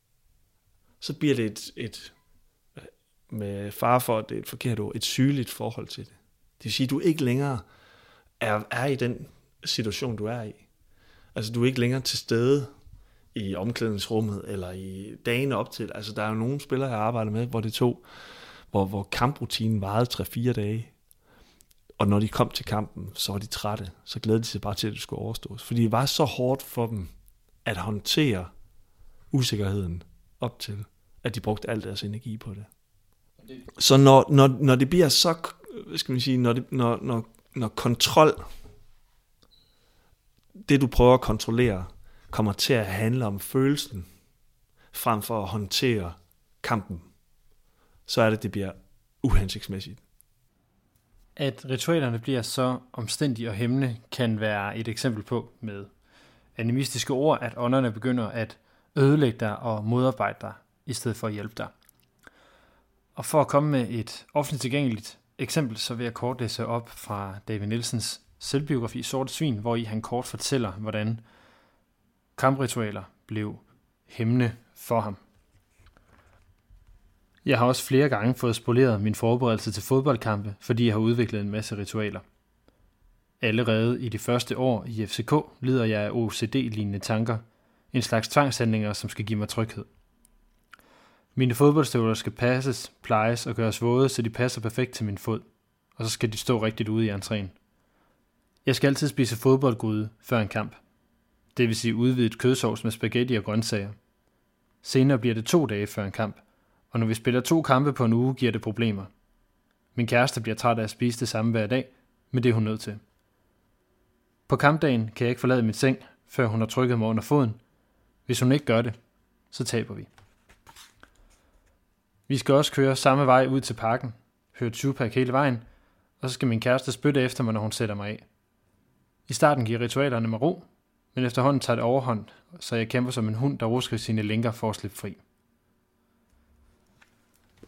så bliver det et med fare for, at det er et forkert ord, et sygeligt forhold til det. Det vil sige, at du ikke længere er i den situation, du er i. Altså, du er ikke længere til stede i omklædningsrummet, eller i dagene op til. Altså, der er jo nogle spillere, jeg arbejder med, hvor kamprutinen varede 3-4 dage. Og når de kom til kampen, så var de trætte. Så glædede de sig bare til, at det skulle overstås. Fordi det var så hårdt for dem at håndtere usikkerheden op til, at de brugte al deres energi på det. Så når det bliver så, når kontrol, det du prøver at kontrollere, kommer til at handle om følelsen, frem for at håndtere kampen, så er det bliver uhensigtsmæssigt. At ritualerne bliver så omstændige og hæmmende, kan være et eksempel på med animistiske ord, at ånderne begynder at ødelægge dig og modarbejde dig, i stedet for at hjælpe dig. Og for at komme med et offentligt tilgængeligt eksempel, så vil jeg kort læse op fra David Nielsens selvbiografi Sorte Svin, hvor i han kort fortæller, hvordan kampritualer blev hæmmende for ham. Jeg har også flere gange fået spoleret min forberedelse til fodboldkampe, fordi jeg har udviklet en masse ritualer. Allerede i de første år i FCK lider jeg af OCD-lignende tanker, en slags tvangshandlinger, som skal give mig tryghed. Mine fodboldstøvler skal passes, plejes og gøres våde, så de passer perfekt til min fod, og så skal de stå rigtigt ude i entréen. Jeg skal altid spise fodboldgryde før en kamp, det vil sige udvidet kødsovs med spaghetti og grøntsager. Senere bliver det 2 dage før en kamp, og når vi spiller 2 kampe på en uge, giver det problemer. Min kæreste bliver træt af at spise det samme hver dag, men det er hun nødt til. På kampdagen kan jeg ikke forlade min seng, før hun har trykket mig under foden. Hvis hun ikke gør det, så taber vi. Vi skal også køre samme vej ud til parken, høre 20-pack hele vejen, og så skal min kæreste spytte efter mig, når hun sætter mig af. I starten giver ritualerne mig ro, men efterhånden tager det overhånd, så jeg kæmper som en hund, der rusker sine lænker for at slippe fri.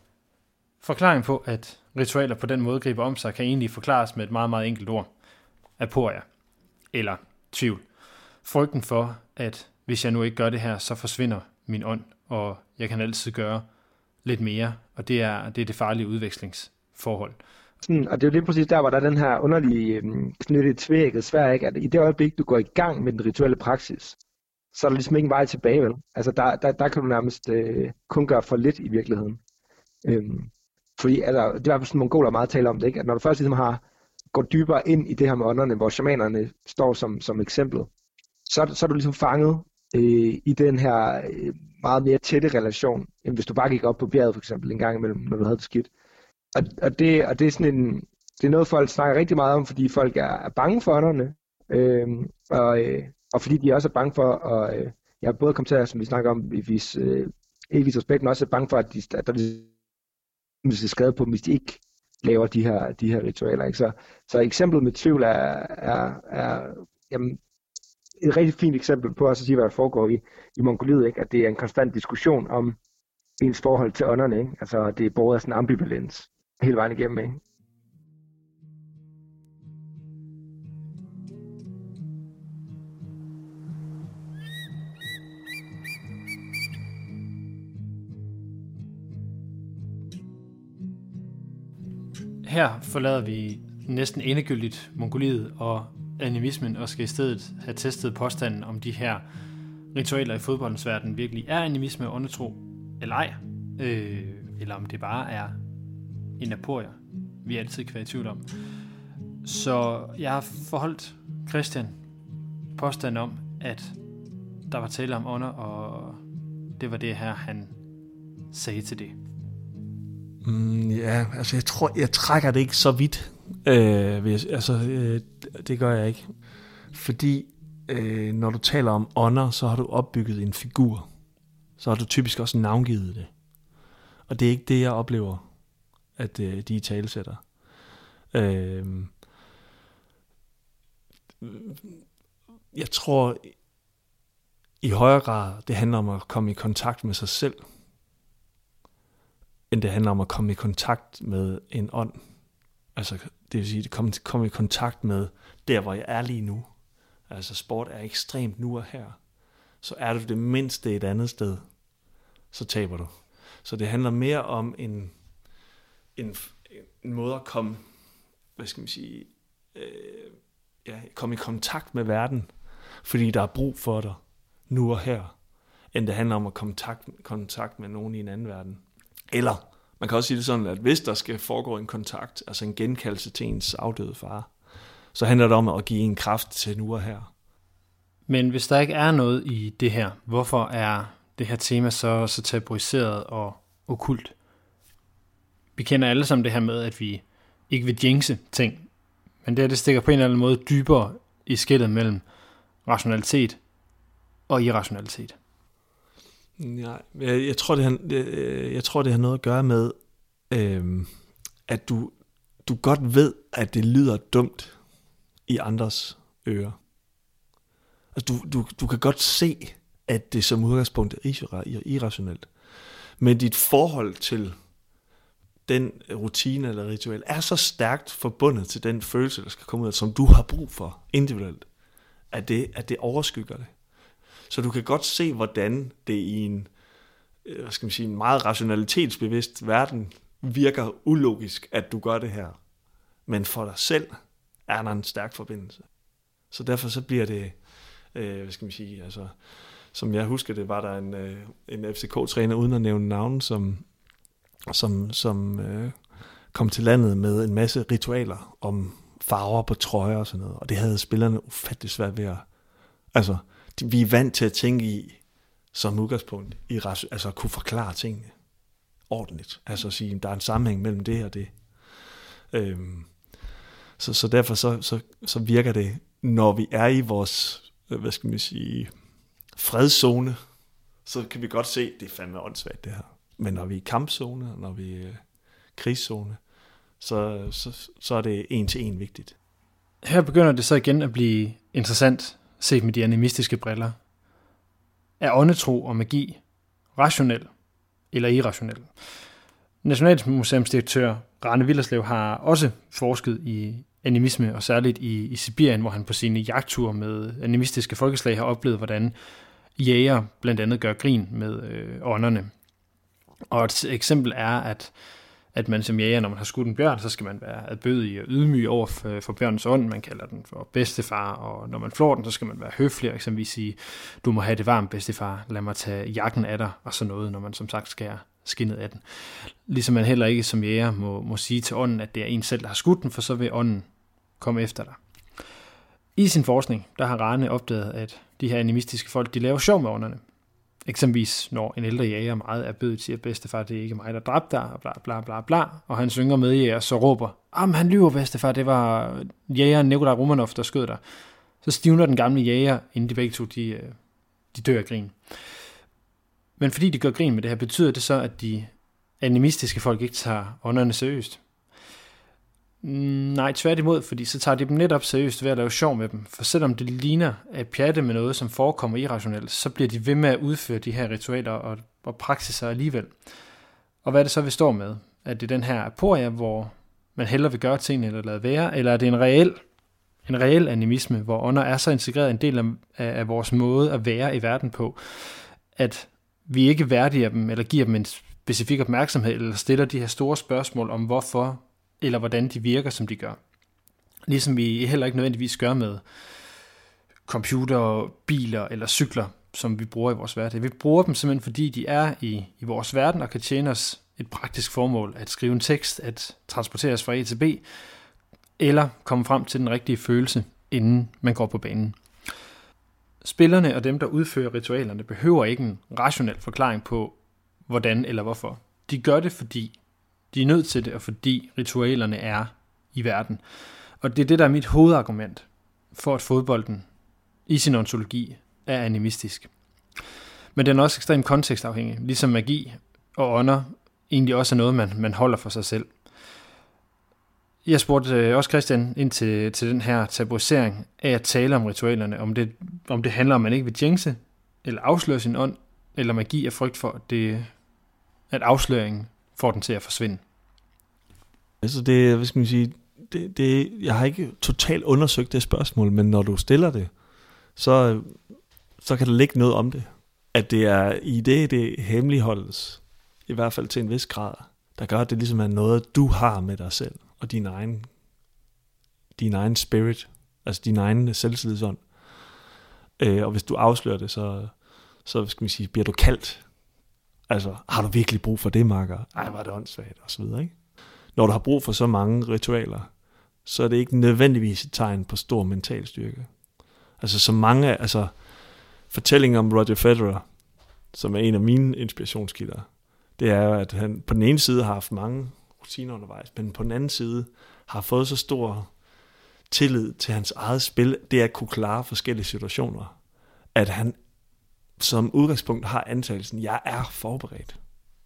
Forklaring på, at ritualer på den måde griber om sig, kan egentlig forklares med et meget, meget enkelt ord. aporia, eller tvivl. Frygten for, at hvis jeg nu ikke gør det her, så forsvinder min ånd, og jeg kan altid gøre lidt mere, og det er det farlige udvekslingsforhold. Og det er jo lige præcis der, hvor der er den her underlige knyttet tvækket svær, ikke? At i det øjeblik, du går i gang med den rituelle praksis, så er der ligesom ikke en vej tilbage, vel? Altså der kan du nærmest kun gøre for lidt i virkeligheden. Fordi altså, det er i hvert fald sådan, mongoler meget taler om det, ikke? At når du først ligesom går dybere ind i det her med ånderne, hvor shamanerne står som eksempel, så er du ligesom fanget i den her meget mere tætte relation, end hvis du bare gik op på bjerget for eksempel en gang imellem, når du havde det skidt. Og det er sådan det er noget, folk snakker rigtig meget om, fordi folk er bange for ånderne, og fordi de også er bange for, og jeg har både kommet til, som vi snakker om, ikke vis respekt, men også er bange for, at der vil se skade på dem, hvis de ikke laver de her ritualer. Ikke? Så eksemplet med tvivl er jamen, et rigtig fint eksempel på at sige, hvad der foregår i Mongoliet, ikke? At det er en konstant diskussion om ens forhold til ånderne. Ikke? Altså det er både sådan en ambivalens hele vejen igennem. Ikke? Her forlader vi næsten endegyldigt Mongoliet og animismen, og skal i stedet have testet påstanden om de her ritualer i fodboldens verden virkelig er animisme og åndetro, eller ej, eller om det bare er en aporia, vi altid kan være i tvivl om. Så jeg har forholdt Christian påstanden om, at der var tale om ånder, og det var det her, han sagde til det. Ja, altså jeg trækker det ikke så vidt. Det gør jeg ikke. Fordi når du taler om ånder, så har du opbygget en figur. Så har du typisk også navngivet det. Og det er ikke det, jeg oplever, at de i talesætter. Jeg tror i højere grad, det handler om at komme i kontakt med sig selv, end det handler om at komme i kontakt med en ånd. Altså, det vil sige, at komme i kontakt med der, hvor jeg er lige nu. Altså, sport er ekstremt nu og her. Så er du det mindste et andet sted, så taber du. Så det handler mere om en måde at komme, komme i kontakt med verden, fordi der er brug for dig nu og her, end det handler om at komme i kontakt med nogen i en anden verden. Eller, man kan også sige det sådan, at hvis der skal foregå en kontakt, altså en genkaldelse til ens afdøde far, så handler det om at give en kraft til nu og her. Men hvis der ikke er noget i det her, hvorfor er det her tema så tabuiseret og okkult? Vi kender alle sammen det her med, at vi ikke vil jinxe ting, men det stikker på en eller anden måde dybere i skellet mellem rationalitet og irrationalitet. Nej, jeg tror, det har noget at gøre med, at du godt ved, at det lyder dumt i andres ører. Altså, du kan godt se, at det som udgangspunkt er irrationelt. Men dit forhold til den rutine eller ritual er så stærkt forbundet til den følelse, der skal komme ud af, som du har brug for individuelt, at det overskygger det. Så du kan godt se, hvordan det i en meget rationalitetsbevidst verden virker ulogisk, at du gør det her. Men for dig selv er der en stærk forbindelse. Så derfor så bliver det, som jeg husker det, var der en FCK-træner, uden at nævne navn, som kom til landet med en masse ritualer om farver på trøjer og sådan noget. Og det havde spillerne ufattelig svært ved at... Altså, vi er vant til at tænke i, som udgangspunkt, altså at kunne forklare tingene ordentligt. Altså at sige, at der er en sammenhæng mellem det og det. Så derfor så virker det, når vi er i vores, fredszone, så kan vi godt se, at det er fandme åndssvagt det her. Men når vi er i kampzone, og når vi er i krigszone, så er det en til en vigtigt. Her begynder det så igen at blive interessant, set med de animistiske briller. Er åndetro og magi rationel eller irrationel? Nationalmuseumsdirektør Rane Willerslev har også forsket i animisme, og særligt i Sibirien, hvor han på sine jagtture med animistiske folkeslag har oplevet, hvordan jæger blandt andet gør grin med ånderne. Og et eksempel er, at man som jæger, når man har skudt en bjørn, så skal man være ærbødig og ydmyg over for bjørnens ånd. Man kalder den for bedstefar, og når man flår den, så skal man være høflig og eksempelvis sige, du må have det varmt, bedstefar, lad mig tage jakken af dig, og sådan noget, når man som sagt skærer skindet af den. Ligesom man heller ikke som jæger må sige til ånden, at det er en selv, der har skudt den, for så vil ånden komme efter dig. I sin forskning, der har Rane opdaget, at de her animistiske folk, de laver sjov med ånderne. Eksempelvis når en ældre jæger meget ærbødigt siger, bedstefar, det er ikke mig, der dræbte dig, og bla bla bla bla, og han synger med jæger, så råber, han lyver, bedstefar, det var jægeren Nikolaj Romanov, der skød dig. Så stivner den gamle jæger, inden de begge to, de dør af grin. Men fordi de gør grin med det her, betyder det så, at de animistiske folk ikke tager ånderne seriøst? Nej, tværtimod, fordi så tager de dem netop seriøst ved at lave sjov med dem. For selvom det ligner at pjatte med noget, som forekommer irrationelt, så bliver de ved med at udføre de her ritualer og praksiser alligevel. Og hvad er det så, vi står med? Er det den her aporia, hvor man hellere vil gøre tingene eller lade være, eller er det en reel animisme, hvor ånder er så integreret en del af vores måde at være i verden på, at vi ikke værdiger dem, eller giver dem en specifik opmærksomhed, eller stiller de her store spørgsmål om hvorfor, eller hvordan de virker, som de gør. Ligesom vi heller ikke nødvendigvis gør med computer, biler eller cykler, som vi bruger i vores hverdag. Vi bruger dem simpelthen, fordi de er i vores verden, og kan tjene os et praktisk formål, at skrive en tekst, at transportere os fra A til B, eller komme frem til den rigtige følelse, inden man går på banen. Spillerne og dem, der udfører ritualerne, behøver ikke en rationel forklaring på, hvordan eller hvorfor. De gør det, fordi de er nødt til det, og fordi ritualerne er i verden. Og det er det, der er mit hovedargument for, at fodbolden i sin ontologi er animistisk. Men den er også ekstremt kontekstafhængig, ligesom magi og ånder egentlig også er noget, man holder for sig selv. Jeg spurgte også Christian ind til den her tabuisering af at tale om ritualerne, om det handler om, at man ikke vil jinxe, eller afsløre sin ånd, eller magi af frygt for, at afsløringen får den til at forsvinde. Altså det, hvad skal man sige, jeg har ikke totalt undersøgt det spørgsmål, men når du stiller det, så kan der ligge noget om det. At det er i det hemmeligholdes, i hvert fald til en vis grad, der gør, at det ligesom er noget, du har med dig selv, og din egen spirit, altså din egen selvtillidsånd. Og hvis du afslører det, så skal man sige, bliver du kaldt. Altså, har du virkelig brug for det, makker? Ej, var det åndssvagt, og så videre, ikke? Når du har brug for så mange ritualer, så er det ikke nødvendigvis et tegn på stor mental styrke. Altså, så mange, fortællingen om Roger Federer, som er en af mine inspirationskilder, det er jo, at han på den ene side har haft mange rutiner undervejs, men på den anden side har fået så stor tillid til hans eget spil, det at kunne klare forskellige situationer, at han som udgangspunkt har antagelsen, jeg er forberedt.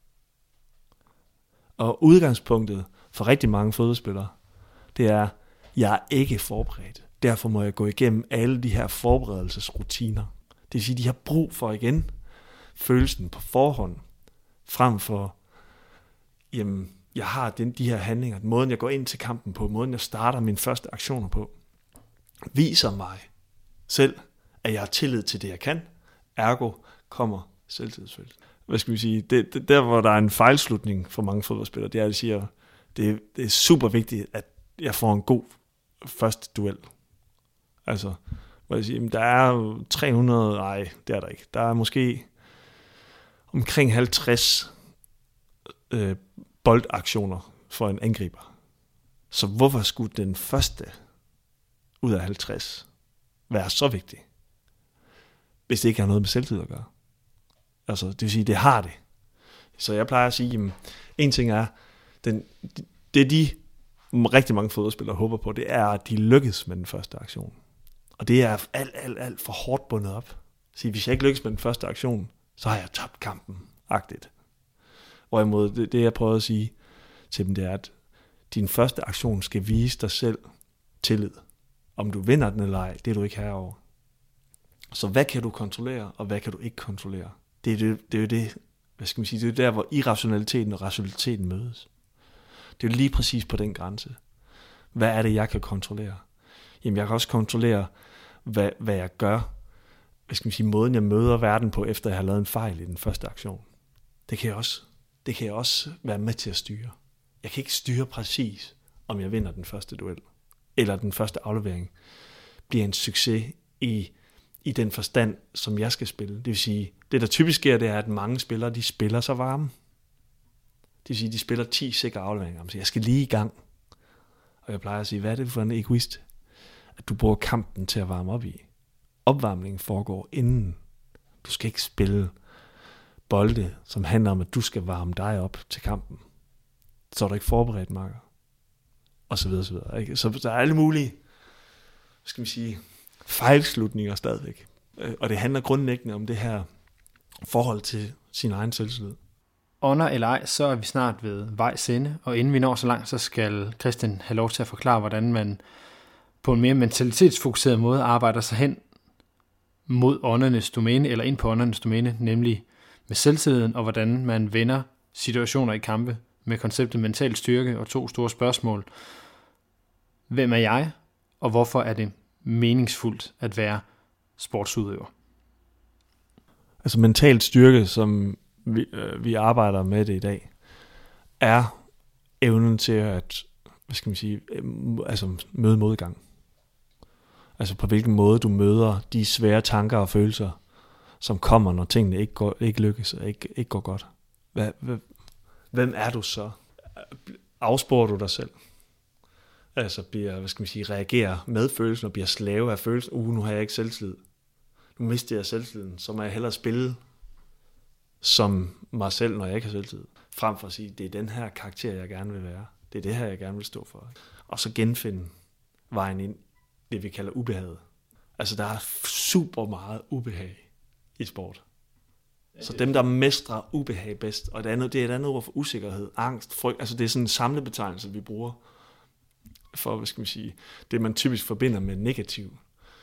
Og udgangspunktet for rigtig mange fodboldspillere, det er, jeg er ikke forberedt. Derfor må jeg gå igennem alle de her forberedelsesrutiner. Det vil sige, de har brug for igen følelsen på forhånd, frem for, jamen, jeg har de her handlinger, måden jeg går ind til kampen på, måden jeg starter mine første aktioner på, viser mig selv, at jeg har tillid til det, jeg kan. Ergo kommer selvtillidsfølelsen. Hvad skal vi sige? Det, der, hvor der er en fejlslutning for mange fodboldspillere, det er, at de siger, det er super vigtigt, at jeg får en god første duel. Altså, hvor jeg siger, der er jo 300, nej, det er der ikke. Der er måske omkring 50 boldaktioner for en angriber. Så hvorfor skulle den første ud af 50 være så vigtig, hvis det ikke har noget med selvtid at gøre? Altså, det vil sige, det har det. Så jeg plejer at sige, jamen, en ting er, det de rigtig mange fodboldspillere håber på, det er, at de lykkes med den første aktion. Og det er alt for hårdt bundet op. Så hvis jeg ikke lykkes med den første aktion, så har jeg tabt kampen, agtigt. Hvorimod det jeg prøver at sige til dem, det er, at din første aktion skal vise dig selv tillid. Om du vinder den eller ej, det er du ikke herover. Så hvad kan du kontrollere, og hvad kan du ikke kontrollere? Det er jo det, hvad skal man sige, det er der, hvor irrationaliteten og rationaliteten mødes. Det er jo lige præcis på den grænse. Hvad er det, jeg kan kontrollere? Jamen, jeg kan også kontrollere, hvad jeg gør. Hvad skal man sige, måden jeg møder verden på, efter jeg har lavet en fejl i den første aktion. Det kan jeg også være med til at styre. Jeg kan ikke styre præcis, om jeg vinder den første duel, eller den første aflevering bliver en succes i den forstand, som jeg skal spille. Det vil sige, det der typisk sker, det er, at mange spillere, de spiller så varme. Det vil sige, de spiller 10 sikre afleveringer. Så jeg skal lige i gang. Og jeg plejer at sige, hvad er det for en egoist, at du bruger kampen til at varme op i? Opvarmningen foregår inden. Du skal ikke spille bolde, som handler om, at du skal varme dig op til kampen. Så er du ikke forberedt, makker. Og så videre, så videre. Ikke? Så der er alle mulige, skal man sige, fejlslutninger stadigvæk. Og det handler grundlæggende om det her forhold til sin egen selvtillid. Ånder eller ej, så er vi snart ved vejs ende, og inden vi når så langt, så skal Christian have lov til at forklare, hvordan man på en mere mentalitetsfokuseret måde arbejder sig hen mod åndernes domæne, eller ind på åndernes domæne, nemlig med selvtilliden, og hvordan man vender situationer i kampe med konceptet mental styrke og 2 store spørgsmål. Hvem er jeg, og hvorfor er det meningsfuldt at være sportsudøver? Altså mental styrke, som vi arbejder med det i dag, er evnen til at, hvad skal man sige, altså møde modgang. Altså på hvilken måde du møder de svære tanker og følelser, som kommer, når tingene ikke lykkes og ikke går godt. Hvem er du så? Afsporer du dig selv? Altså bliver, hvad skal man sige, reagerer med følelsen og bliver slave af følelsen. Nu har jeg ikke selvtillid. Nu mister jeg selvtilliden. Så må jeg hellere spille som mig selv, når jeg ikke har selvtillid. Frem for at sige, det er den her karakter, jeg gerne vil være. Det er det her, jeg gerne vil stå for. Og så genfinde vejen ind, det vi kalder ubehaget. Altså der er super meget ubehag i sport. Så dem, der mestrer ubehag bedst, og det er et andet ord for usikkerhed, angst, frygt, altså det er sådan en samlebetegnelse, vi bruger for, hvad skal man sige, det man typisk forbinder med negativ.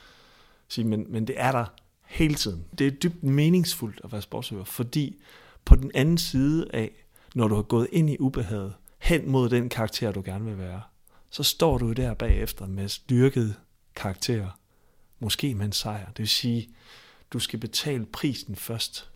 Men det er der hele tiden. Det er dybt meningsfuldt at være sportsøver, fordi på den anden side af, når du har gået ind i ubehaget, hen mod den karakter, du gerne vil være, så står du der bagefter med styrket karakter, måske med en sejr. Det vil sige, du skal betale prisen først.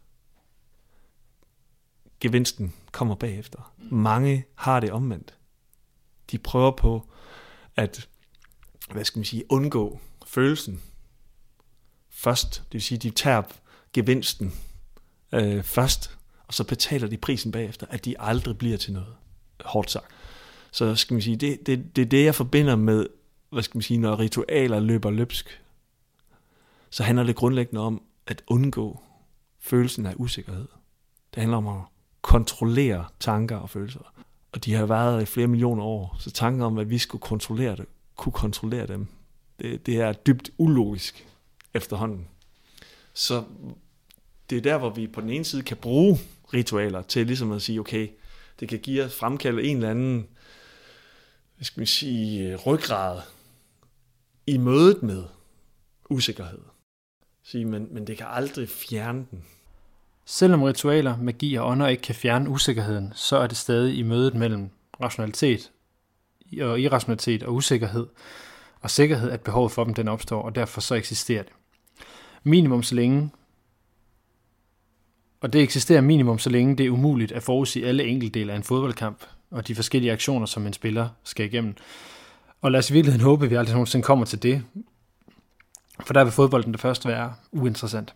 Gevinsten kommer bagefter. Mange har det omvendt. De prøver på at, hvad skal man sige, undgå følelsen først. Det vil sige, de tager gevinsten først, og så betaler de prisen bagefter, at de aldrig bliver til noget. Hårdt sagt. Så skal man sige, det er det, jeg forbinder med, hvad skal man sige, når ritualer løber løbsk, så handler det grundlæggende om at undgå følelsen af usikkerhed. Det handler om at kontrollere tanker og følelser. Og de har været i flere millioner år, så tanken om, at vi skulle kunne kontrollere dem, det er dybt ulogisk efterhånden. Så det er der, hvor vi på den ene side kan bruge ritualer til ligesom at sige, okay, det kan give os fremkalde en eller anden, hvad skal man sige, ryggrad i mødet med usikkerhed. Men det kan aldrig fjerne den. Selvom ritualer, magi og ånder ikke kan fjerne usikkerheden, så er det stadig i mødet mellem rationalitet og irrationalitet og usikkerhed og sikkerhed, at behovet for dem den opstår, og derfor så eksisterer det. Minimum så længe, og det eksisterer minimum så længe det er umuligt at forudsige alle enkeltdele af en fodboldkamp og de forskellige aktioner, som en spiller skal igennem. Og lad os i virkeligheden håbe, at vi aldrig nogensinde kommer til det, for der vil fodbolden det først være uinteressant.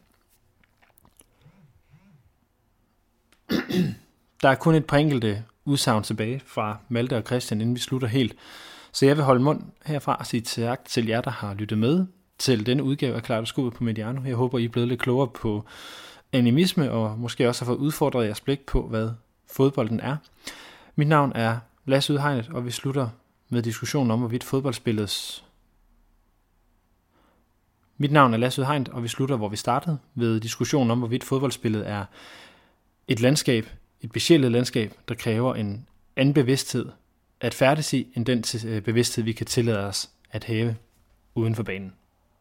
Der er kun et par enkelte udsagn tilbage fra Malte og Christian, inden vi slutter helt. Så jeg vil holde mund herfra og sige tak til jer, der har lyttet med til denne udgave af Kaleidoskopet på Mediano. Jeg håber, I er blevet lidt klogere på animisme, og måske også har fået udfordret jeres blik på, hvad fodbolden er. Mit navn er Lasse Udhegnet, og vi slutter med diskussionen om, hvorvidt fodboldspillets... Mit navn er Lasse Udhegnet, og vi slutter, hvor vi startede, ved diskussionen om, hvorvidt fodboldspillet er et landskab, et besjælet landskab, der kræver en anden bevidsthed at færdes i, end den bevidsthed, vi kan tillade os at have uden for banen.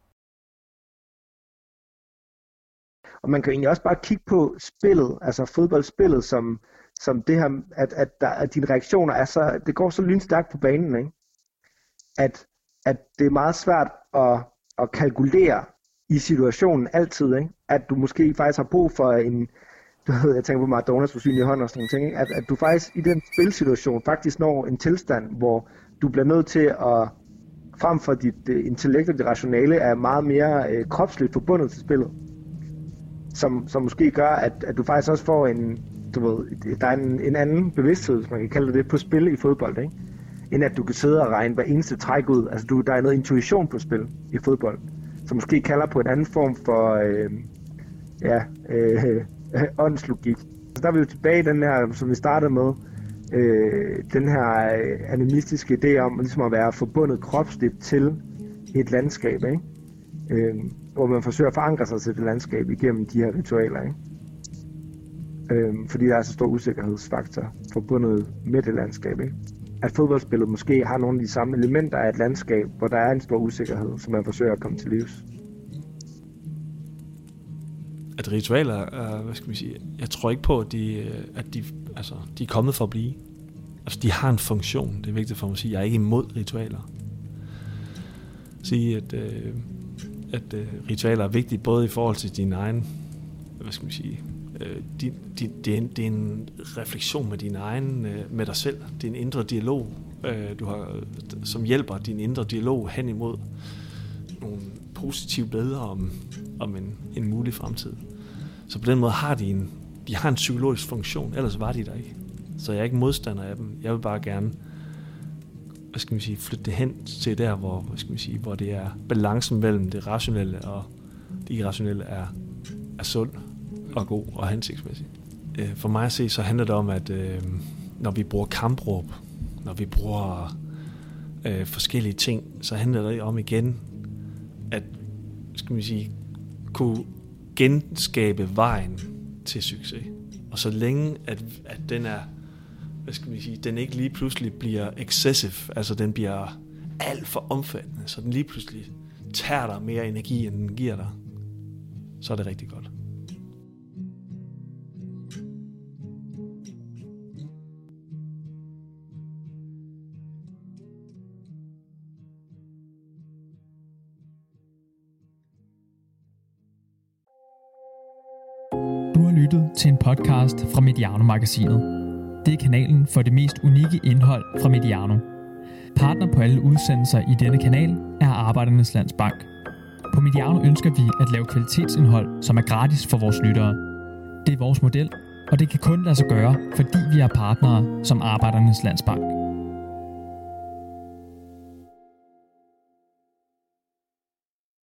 Og man kan egentlig også bare kigge på spillet, altså fodboldspillet, som det her, at dine reaktioner er så, det går så lynstærkt på banen, ikke? at det er meget svært at kalkulere i situationen altid, ikke? At du måske faktisk har brug for jeg tænker på Maradonas usynlige hånd og sådan nogle ting, at du faktisk i den spilsituation faktisk når en tilstand, hvor du bliver nødt til at, frem for dit intellekt og dit rationale, er meget mere kropsligt forbundet til spillet. Som måske gør, at du faktisk også får der er en anden bevidsthed, hvis man kan kalde det, på spil i fodbold, ikke? End at du kan sidde og regne hver eneste træk ud. Altså der er noget intuition på spil i fodbold, som måske kalder på en anden form for åndslogik. Så der er vi jo tilbage i den her, som vi startede med, den her animistiske idé om ligesom at være forbundet kropsligt til et landskab, ikke? Hvor man forsøger at forankre sig til det landskab igennem de her ritualer, ikke? Fordi der er så stor usikkerhedsfaktor forbundet med det landskab, ikke? At fodboldspillet måske har nogle af de samme elementer af et landskab, hvor der er en stor usikkerhed, som man forsøger at komme til livs. At ritualer, hvad skal vi sige, jeg tror ikke på, at de er kommet for at blive. Altså, de har en funktion. Det er vigtigt for mig at sige. Jeg er ikke imod ritualer. Sige, at ritualer er vigtige både i forhold til din egen, hvad skal vi sige, det er en refleksion med din egen, med dig selv. Det er en indre dialog, du har, som hjælper din indre dialog hen imod nogle positive billeder om en mulig fremtid. Så på den måde har de har en psykologisk funktion, ellers var de der ikke. Så jeg er ikke modstander af dem. Jeg vil bare gerne, hvad skal man sige, flytte det hen til der, hvor det er balancen mellem det rationelle og det irrationelle er sund og god og hensigtsmæssig. For mig at se, så handler det om, at når vi bruger kampråb, når vi bruger forskellige ting, så handler det om igen, at skal man sige, kunne genskabe vejen til succes. Og så længe, at den er, hvad skal man sige, den ikke lige pludselig bliver excessive, altså den bliver alt for omfattende, så den lige pludselig tager dig mere energi, end den giver dig, så er det rigtig godt. Lyttet til en podcast fra Mediano-magasinet. Det er kanalen for det mest unikke indhold fra Mediano. Partner på alle udsendelser i denne kanal er Arbejdernes Landsbank. På Mediano ønsker vi at lave kvalitetsindhold, som er gratis for vores lyttere. Det er vores model, og det kan kun lade sig gøre, fordi vi er partnere som Arbejdernes Landsbank.